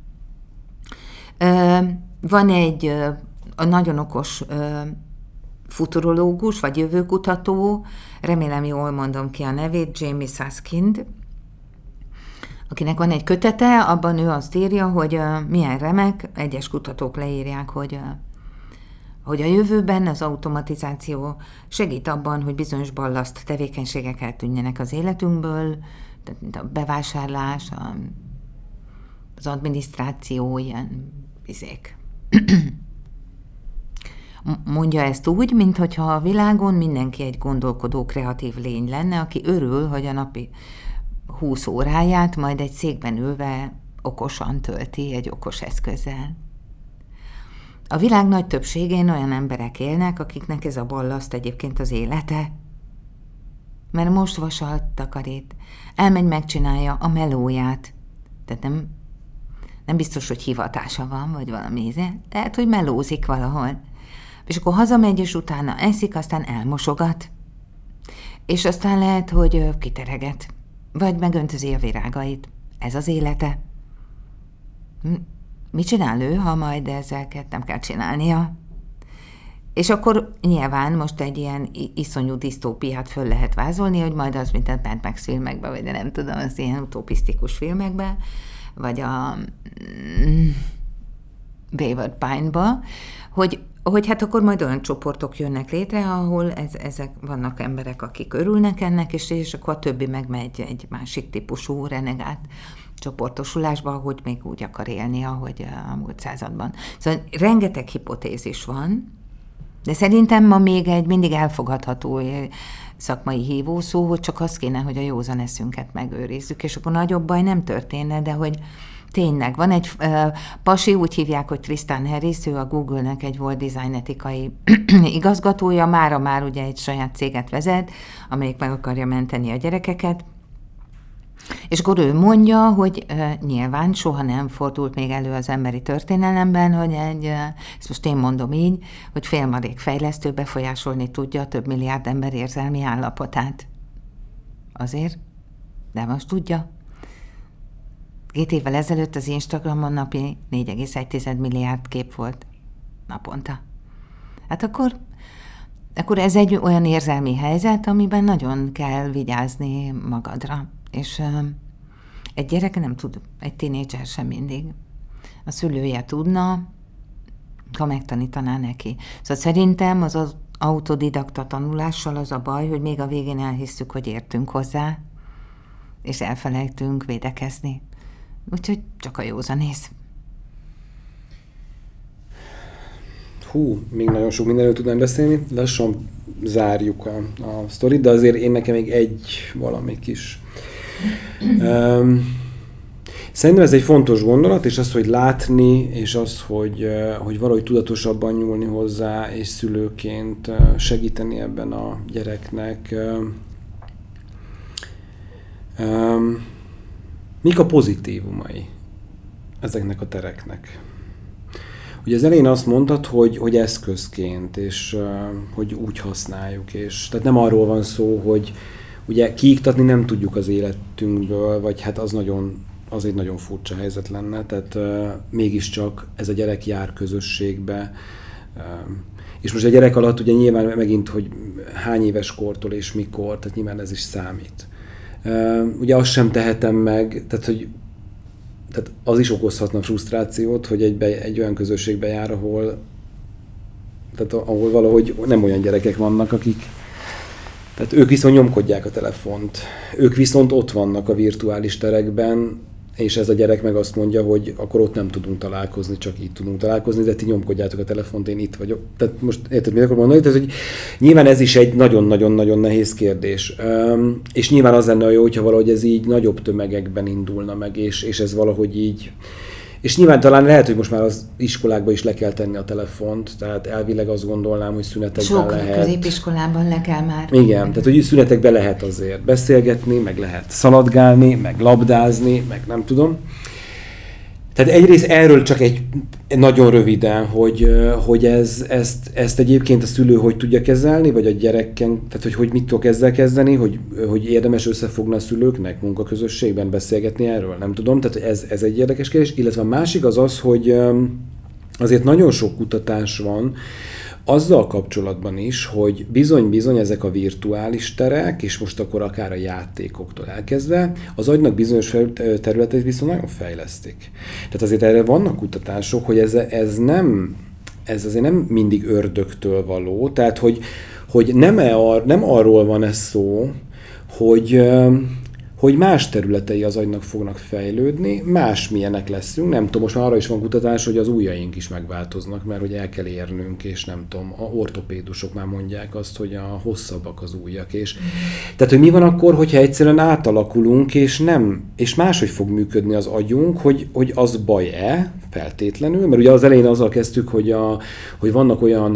Van egy nagyon okos futurológus, vagy jövőkutató, remélem jól mondom ki a nevét, Jamie Susskind, akinek van egy kötete, abban ő azt írja, hogy uh, milyen remek, egyes kutatók leírják, hogy, uh, hogy a jövőben az automatizáció segít abban, hogy bizonyos ballaszt tevékenységek eltűnjenek az életünkből, tehát mint a bevásárlás, a, az adminisztráció, ilyen vizék. Mondja ezt úgy, mintha a világon mindenki egy gondolkodó, kreatív lény lenne, aki örül, hogy a napi húsz óráját majd egy székben ülve okosan tölti egy okos eszközzel. A világ nagy többségén olyan emberek élnek, akiknek ez a ballaszt egyébként az élete. Mert most vasalt, takarít, elmegy, megcsinálja a melóját. Tehát nem, nem biztos, hogy hivatása van, vagy valami, lehet, hogy melózik valahol. És akkor hazamegy, és utána eszik, aztán elmosogat. És aztán lehet, hogy kitereget. Vagy megöntözi a virágait. Ez az élete. Mit csinál ő, ha majd ezeket nem kell csinálnia? És akkor nyilván most egy ilyen iszonyú disztópiát föl lehet vázolni, hogy majd az, mint a Mad Max filmekben, vagy de nem tudom, az ilyen utopisztikus filmekben, vagy a mm, Wayward Pine-ba, hogy hogy hát akkor majd olyan csoportok jönnek létre, ahol ez, ezek vannak emberek, akik örülnek ennek, és, és akkor a többi megmegy egy másik típusú renegát csoportosulásba, hogy még úgy akar élni, ahogy a múlt században. Szóval rengeteg hipotézis van, de szerintem ma még egy mindig elfogadható szakmai hívószó, hogy csak az kéne, hogy a józan eszünket megőrizzük, és akkor nagyobb baj nem történne, de hogy tényleg, van egy uh, pasi, úgy hívják, hogy Tristan Harris, ő a Google-nek egy volt design etikai igazgatója, mára már ugye egy saját céget vezet, amelyik meg akarja menteni a gyerekeket, és akkor ő mondja, hogy uh, nyilván soha nem fordult még elő az emberi történelemben, hogy egy, uh, ezt most én mondom így, hogy félmarék fejlesztő befolyásolni tudja a több milliárd ember érzelmi állapotát. Azért? De most tudja. Két évvel ezelőtt az Instagramon napi négy egész egy milliárd kép volt naponta. Hát akkor, akkor ez egy olyan érzelmi helyzet, amiben nagyon kell vigyázni magadra. És uh, egy gyerek nem tud, egy tínédzser sem mindig. A szülője tudna, ha megtanítaná neki. Szóval szerintem az az autodidakta tanulással az a baj, hogy még a végén elhisszük, hogy értünk hozzá, és elfelejtünk védekezni. Úgyhogy csak a józanész. Hú, még nagyon sok mindenről tudnám beszélni. Lassan zárjuk a, a sztorit, de azért én nekem még egy valami kis. Um, szerintem ez egy fontos gondolat, és az, hogy látni, és az, hogy, hogy valahogy tudatosabban nyúlni hozzá, és szülőként segíteni ebben a gyereknek. Um, Mik a pozitívumai ezeknek a tereknek? Ugye az elején azt mondtad, hogy, hogy eszközként, és uh, hogy úgy használjuk, és tehát nem arról van szó, hogy ugye kiiktatni nem tudjuk az életünkből, vagy hát az nagyon, az egy nagyon furcsa helyzet lenne, tehát uh, mégiscsak ez a gyerek jár közösségbe, uh, és most a gyerek alatt ugye nyilván megint, hogy hány éves kortól és mikor, tehát nyilván ez is számít. Uh, ugye azt sem tehetem meg, tehát, hogy, tehát az is okozhatna frusztrációt, hogy egy, be, egy olyan közösségbe jár, ahol, tehát ahol valahogy nem olyan gyerekek vannak, akik, tehát ők viszont nyomkodják a telefont. Ők viszont ott vannak a virtuális terekben, és ez a gyerek meg azt mondja, hogy akkor ott nem tudunk találkozni, csak így tudunk találkozni, de ti nyomkodjátok a telefont, én itt vagyok. Tehát most érted, mit akar mondani? Tehát, hogy nyilván ez is egy nagyon-nagyon-nagyon nehéz kérdés. Um, és nyilván az lenne jó, hogyha valahogy ez így nagyobb tömegekben indulna meg, és, és ez valahogy így... És nyilván talán lehet, hogy most már az iskolákban is le kell tenni a telefont, tehát elvileg azt gondolnám, hogy szünetekben Sok lehet. Sok középiskolában le kell már. Igen, tehát hogy szünetekben lehet azért beszélgetni, meg lehet szaladgálni, meg labdázni, meg nem tudom. Tehát egyrészt erről csak egy nagyon röviden, hogy, hogy ez, ezt, ezt egyébként a szülő hogy tudja kezelni, vagy a gyereken, tehát hogy, hogy mit tudok ezzel kezdeni, hogy, hogy érdemes összefogni a szülőknek munkaközösségben beszélgetni erről, nem tudom, tehát ez, ez egy érdekes kérdés, illetve a másik az az, hogy azért nagyon sok kutatás van, azzal kapcsolatban is, hogy bizony-bizony ezek a virtuális terek, és most akkor akár a játékoktól elkezdve, az agynak bizonyos területeit viszont nagyon fejlesztik. Tehát azért erre vannak kutatások, hogy ez, ez nem, ez azért nem mindig ördögtől való, tehát hogy, hogy nem, ar, nem arról van ez szó, hogy... hogy más területei az agynak fognak fejlődni, másmilyenek leszünk, nem tudom, most már arra is van kutatás, hogy az ujjaink is megváltoznak, mert hogy el kell érnünk, és nem tudom, a ortopédusok már mondják azt, hogy a hosszabbak az ujjak, és tehát, hogy mi van akkor, hogyha egyszerűen átalakulunk, és nem, és máshogy fog működni az agyunk, hogy, hogy az baj-e feltétlenül, mert ugye az elején azzal kezdtük, hogy, a, hogy vannak olyan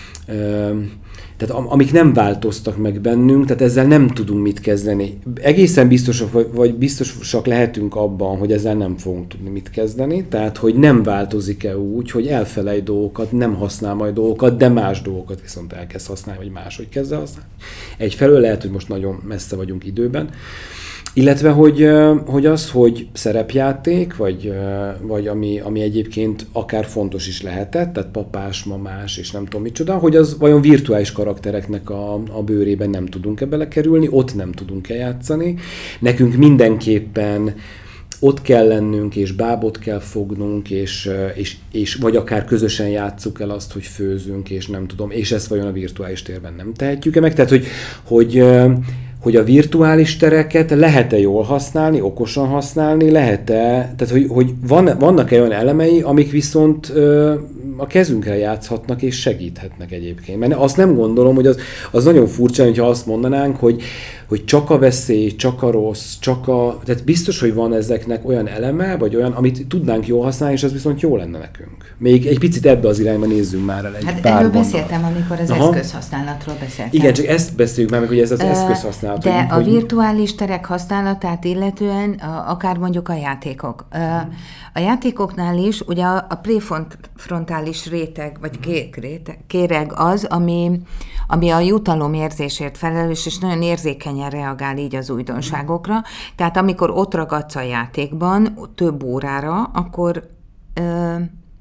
ö, tehát amik nem változtak meg bennünk, tehát ezzel nem tudunk mit kezdeni. Egészen biztosak, vagy biztosak lehetünk abban, hogy ezzel nem fogunk tudni mit kezdeni, tehát hogy nem változik-e úgy, hogy elfelejt dolgokat, nem használ majd dolgokat, de más dolgokat viszont elkezd használni, vagy máshogy kezd el használni. Egyfelől lehet, hogy most nagyon messze vagyunk időben, illetve, hogy, hogy az, hogy szerepjáték, vagy, vagy ami, ami egyébként akár fontos is lehetett, tehát papás, mamás, és nem tudom micsoda, hogy az vajon virtuális karaktereknek a, a bőrében nem tudunk-e belekerülni, ott nem tudunk-e játszani. Nekünk mindenképpen ott kell lennünk, és bábot kell fognunk, és, és, és vagy akár közösen játsszuk el azt, hogy főzünk, és nem tudom, és ezt vajon a virtuális térben nem tehetjük-e meg. Tehát, hogy, hogy hogy a virtuális tereket lehet-e jól használni, okosan használni, lehet-e, tehát hogy, hogy van, vannak-e olyan elemei, amik viszont ö, a kezünkre játszhatnak és segíthetnek egyébként. Mert azt nem gondolom, hogy az, az nagyon furcsa, hogyha azt mondanánk, hogy, hogy csak a veszély, csak a rossz, csak a... Tehát biztos, hogy van ezeknek olyan eleme, vagy olyan, amit tudnánk jól használni, és az viszont jó lenne nekünk. Még egy picit ebbe az irányba nézzünk már el egy hát pár erről gondol. beszéltem, amikor az Aha. eszközhasználatról beszéltem. Igen, csak ezt beszéljük már meg, hogy ez az uh, eszközhasználat. De hogy, a virtuális terek használatát illetően, akár mondjuk a játékok. A játékoknál is ugye a préfrontális réteg, vagy kék réteg, kéreg az, ami, ami a jutalomérzésért felelős, és nagyon érzékenyen reagál így az újdonságokra. Tehát amikor ott ragadsz a játékban több órára, akkor ö,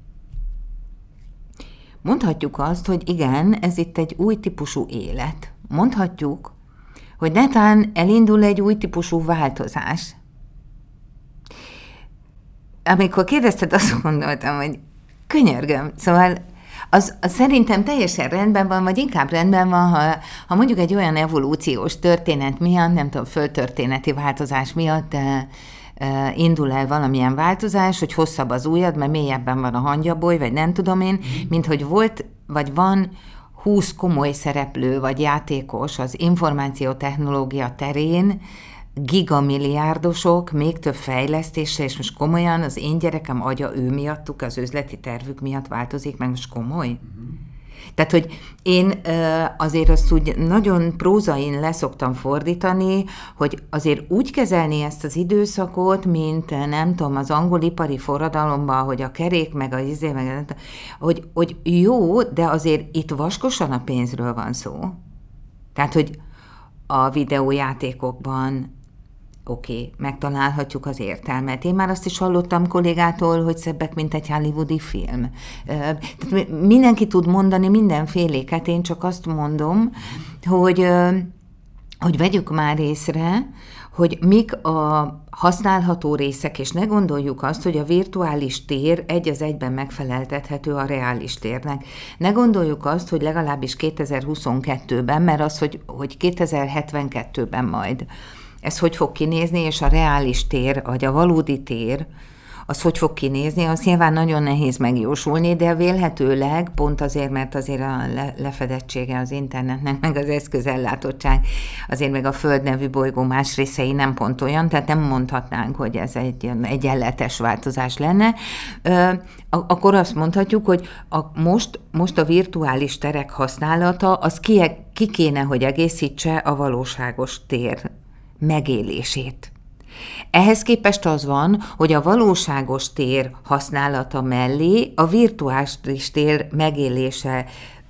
mondhatjuk azt, hogy igen, ez itt egy új típusú élet. Mondhatjuk, hogy netán elindul egy új típusú változás. Amikor kérdezted, azt gondoltam, hogy könyörgöm. Szóval az, az szerintem teljesen rendben van, vagy inkább rendben van, ha, ha mondjuk egy olyan evolúciós történet miatt, nem tudom, földtörténeti változás miatt de, e, indul el valamilyen változás, hogy hosszabb az ujjad, mert mélyebben van a hangyaboly, vagy nem tudom én, mint hogy volt, vagy van húsz komoly szereplő, vagy játékos az információtechnológia terén, gigamilliárdosok, még több fejlesztése, és most komolyan az én gyerekem agya ő miattuk, az üzleti tervük miatt változik, meg most komoly? Uh-huh. Tehát, hogy én azért azt úgy nagyon prózain leszoktam fordítani, hogy azért úgy kezelni ezt az időszakot, mint nem tudom, az angol ipari forradalomban, hogy a kerék, meg a izé, meg, hogy, hogy jó, de azért itt vaskosan a pénzről van szó. Tehát, hogy a videójátékokban oké, okay, megtalálhatjuk az értelmet. Én már azt is hallottam kollégától, hogy szebbek, mint egy hollywoodi film. Tehát mindenki tud mondani mindenféléket, én csak azt mondom, hogy, hogy vegyük már észre, hogy mik a használható részek, és ne gondoljuk azt, hogy a virtuális tér egy az egyben megfeleltethető a reális térnek. Ne gondoljuk azt, hogy legalábbis kétezer-huszonkettőben, mert az, hogy, hogy kétezer-hetvenkettőben majd ez hogy fog kinézni, és a reális tér, vagy a valódi tér, az hogy fog kinézni, az nyilván nagyon nehéz megjósolni, de vélhetőleg pont azért, mert azért a lefedettsége az internetnek, meg az eszközellátottság, azért meg a Föld nevű bolygó más részei nem pont olyan, tehát nem mondhatnánk, hogy ez egy egyenletes változás lenne. Akkor azt mondhatjuk, hogy a, most, most a virtuális terek használata, az ki, ki kéne, hogy egészítse a valóságos tér megélését. Ehhez képest az van, hogy a valóságos tér használata mellé a virtuális tér megélése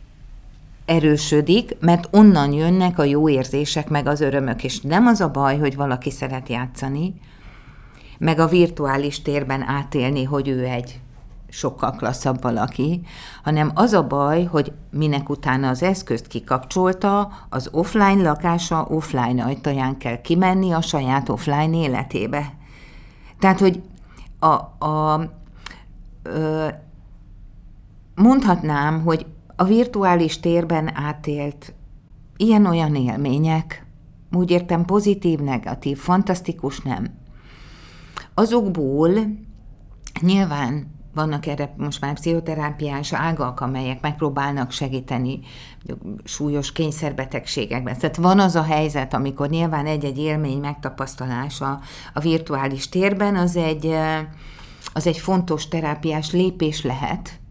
erősödik, mert onnan jönnek a jó érzések, meg az örömök, és nem az a baj, hogy valaki szeret játszani, meg a virtuális térben átélni, hogy ő egy sokkal klasszabb valaki, hanem az a baj, hogy minek utána az eszközt kikapcsolta, az offline lakása offline ajtaján kell kimenni a saját offline életébe. Tehát, hogy a, a, ö, mondhatnám, hogy a virtuális térben átélt ilyen-olyan élmények, úgy értem pozitív, negatív, fantasztikus, nem. Azokból nyilván vannak erre most már pszichoterápiás ágak, amelyek megpróbálnak segíteni súlyos kényszerbetegségekben. Tehát van az a helyzet, amikor nyilván egy-egy élmény megtapasztalása a virtuális térben, az egy, az egy fontos terápiás lépés lehet,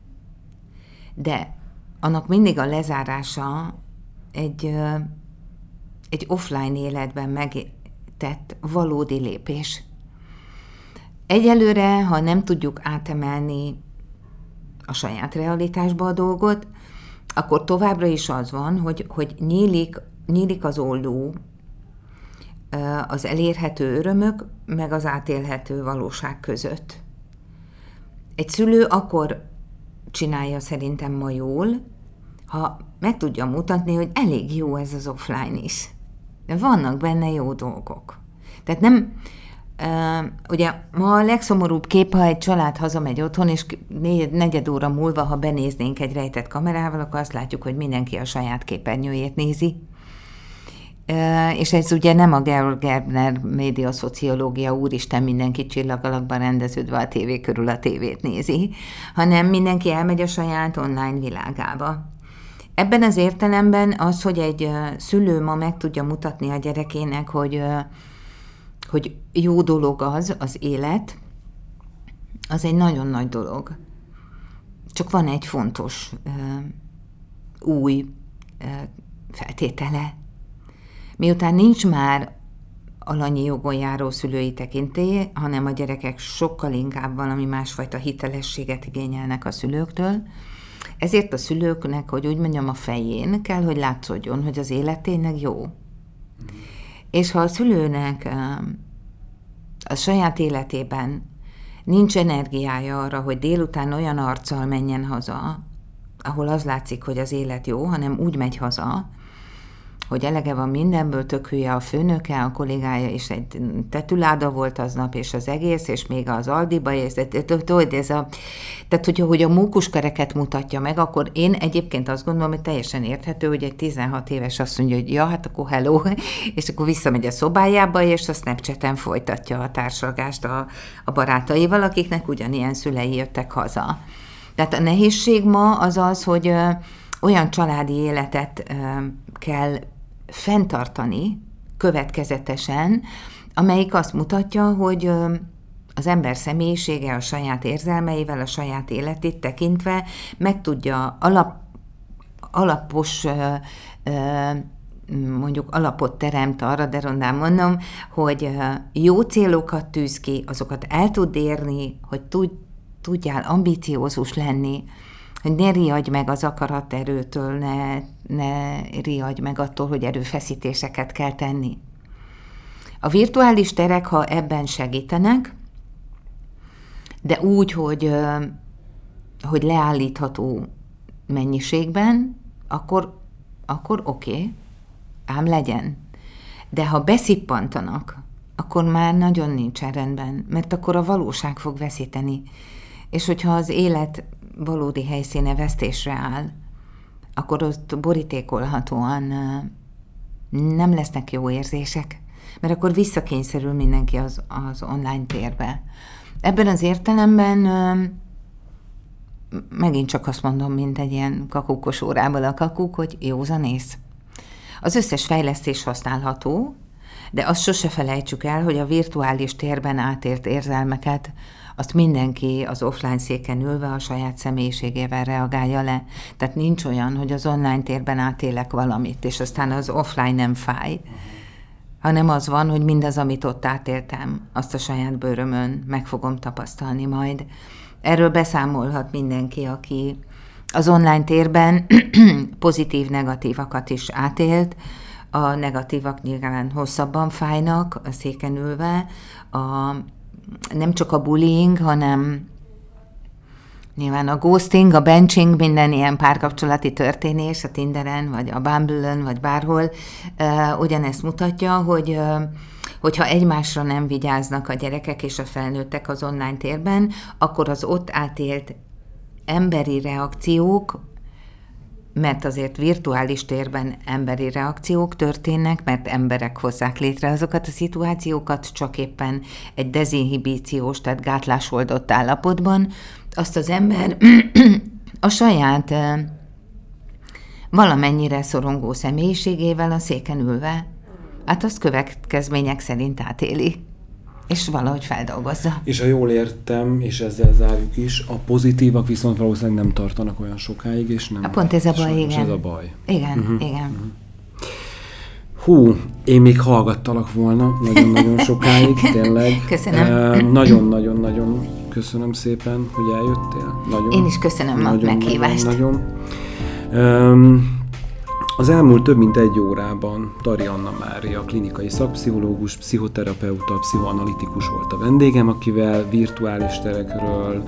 de annak mindig a lezárása egy, egy offline életben megtett valódi lépés. Egyelőre, ha nem tudjuk átemelni a saját realitásba a dolgot, akkor továbbra is az van, hogy, hogy nyílik, nyílik az olló az elérhető örömök, meg az átélhető valóság között. Egy szülő akkor csinálja szerintem ma jól, ha meg tudja mutatni, hogy elég jó ez az offline is. De vannak benne jó dolgok. Tehát nem... Uh, ugye ma a legszomorúbb kép, ha egy család hazamegy otthon, és négy, negyed óra múlva, ha benéznénk egy rejtett kamerával, akkor azt látjuk, hogy mindenki a saját képernyőjét nézi. Uh, és ez ugye nem a Georg Gerbner médiaszociológia, úristen, mindenki csillag alakban rendeződve a tévé körül a tévét nézi, hanem mindenki elmegy a saját online világába. Ebben az értelemben az, hogy egy uh, szülő ma meg tudja mutatni a gyerekének, hogy uh, hogy jó dolog az, az élet, az egy nagyon nagy dolog. Csak van egy fontos uh, új uh, feltétele. Miután nincs már alanyi jogon járó szülői tekintély, hanem a gyerekek sokkal inkább valami másfajta hitelességet igényelnek a szülőktől, ezért a szülőknek, hogy úgy mondjam, a fején kell, hogy látszódjon, hogy az élet tényleg jó. És ha a szülőnek a saját életében nincs energiája arra, hogy délután olyan arccal menjen haza, ahol az látszik, hogy az élet jó, hanem úgy megy haza, hogy elege van mindenből, tök hülye a főnöke, a kollégája, és egy tetüláda volt aznap, és az egész, és még az Aldiba, és ez a... Tehát, hogyha hogy a mókuskereket mutatja meg, akkor én egyébként azt gondolom, hogy teljesen érthető, hogy egy tizenhat éves azt mondja, hogy ja, hát akkor hello, és akkor visszamegy a szobájába, és a Snapchaten folytatja a társalgást a, a barátaival, akiknek ugyanilyen szülei jöttek haza. Tehát a nehézség ma az az, hogy ö, olyan családi életet ö, kell fenntartani következetesen, amelyik azt mutatja, hogy az ember személyisége a saját érzelmeivel, a saját életét tekintve meg tudja alap, alapos, mondjuk alapot teremt arra, de rondán mondom, hogy jó célokat tűz ki, azokat el tud érni, hogy tudjál ambiciózus lenni, hogy ne riadj meg az akaraterőtől, ne, ne riadj meg attól, hogy erőfeszítéseket kell tenni. A virtuális terek, ha ebben segítenek, de úgy, hogy, hogy leállítható mennyiségben, akkor, akkor oké, okay, ám legyen. De ha beszippantanak, akkor már nagyon nincsen rendben, mert akkor a valóság fog veszíteni. És hogyha az élet valódi helyszíne vesztésre áll, akkor ott borítékolhatóan nem lesznek jó érzések, mert akkor visszakényszerül mindenki az, az online térbe. Ebben az értelemben megint csak azt mondom, mint egy ilyen kakukos órából a kakuk, hogy józanész. Az összes fejlesztés használható, de azt sose felejtsük el, hogy a virtuális térben átélt érzelmeket azt mindenki az offline széken ülve a saját személyiségével reagálja le. Tehát nincs olyan, hogy az online térben átélek valamit, és aztán az offline nem fáj, hanem az van, hogy mindaz, amit ott átéltem, azt a saját bőrömön meg fogom tapasztalni majd. Erről beszámolhat mindenki, aki az online térben pozitív-negatívakat is átélt. A negatívak nyilván hosszabban fájnak a széken ülve, a nem csak a bullying, hanem Nyilván a ghosting, a benching, minden ilyen párkapcsolati történés a Tinderen, vagy a Bumble-ön, vagy bárhol uh, ugyanezt mutatja, hogy uh, hogyha egymásra nem vigyáznak a gyerekek és a felnőttek az online térben, akkor az ott átélt emberi reakciók, mert azért virtuális térben emberi reakciók történnek, mert emberek hozzák létre azokat a szituációkat, csak éppen egy dezinhibíciós, tehát gátlásoldott állapotban, azt az ember a saját valamennyire szorongó személyiségével a széken ülve, hát azt következmények szerint átéli, és valahogy feldolgozza. És ha jól értem, és ezzel zárjuk is, a pozitívak viszont valószínűleg nem tartanak olyan sokáig, és nem... A pont ez a baj, igen. Ez a baj. Igen, uh-huh. igen. Uh-huh. Hú, én még hallgattalak volna nagyon-nagyon sokáig, tényleg. Köszönöm. Nagyon-nagyon-nagyon köszönöm szépen, hogy eljöttél. Nagyon, én is köszönöm nagyon, a meghívást. Nagyon, nagyon. Um, Az elmúlt több mint egy órában Tari Anna Mária, klinikai szakpszichológus, pszichoterapeuta, pszichoanalitikus volt a vendégem, akivel virtuális terekről,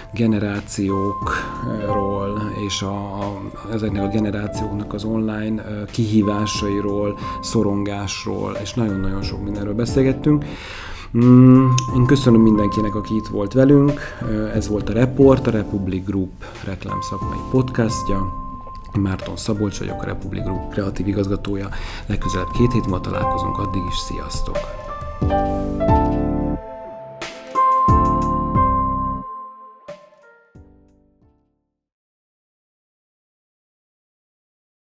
generációkról és a, a, ezeknek a generációknak az online kihívásairól, szorongásról és nagyon-nagyon sok mindenről beszélgettünk. Én köszönöm mindenkinek, aki itt volt velünk. Ez volt a Report, a Republic Group reklámszakmai podcastja. Márton Szabolcs vagyok, a Republic Group kreatív igazgatója. Legközelebb két hét múlva találkozunk, addig is sziasztok!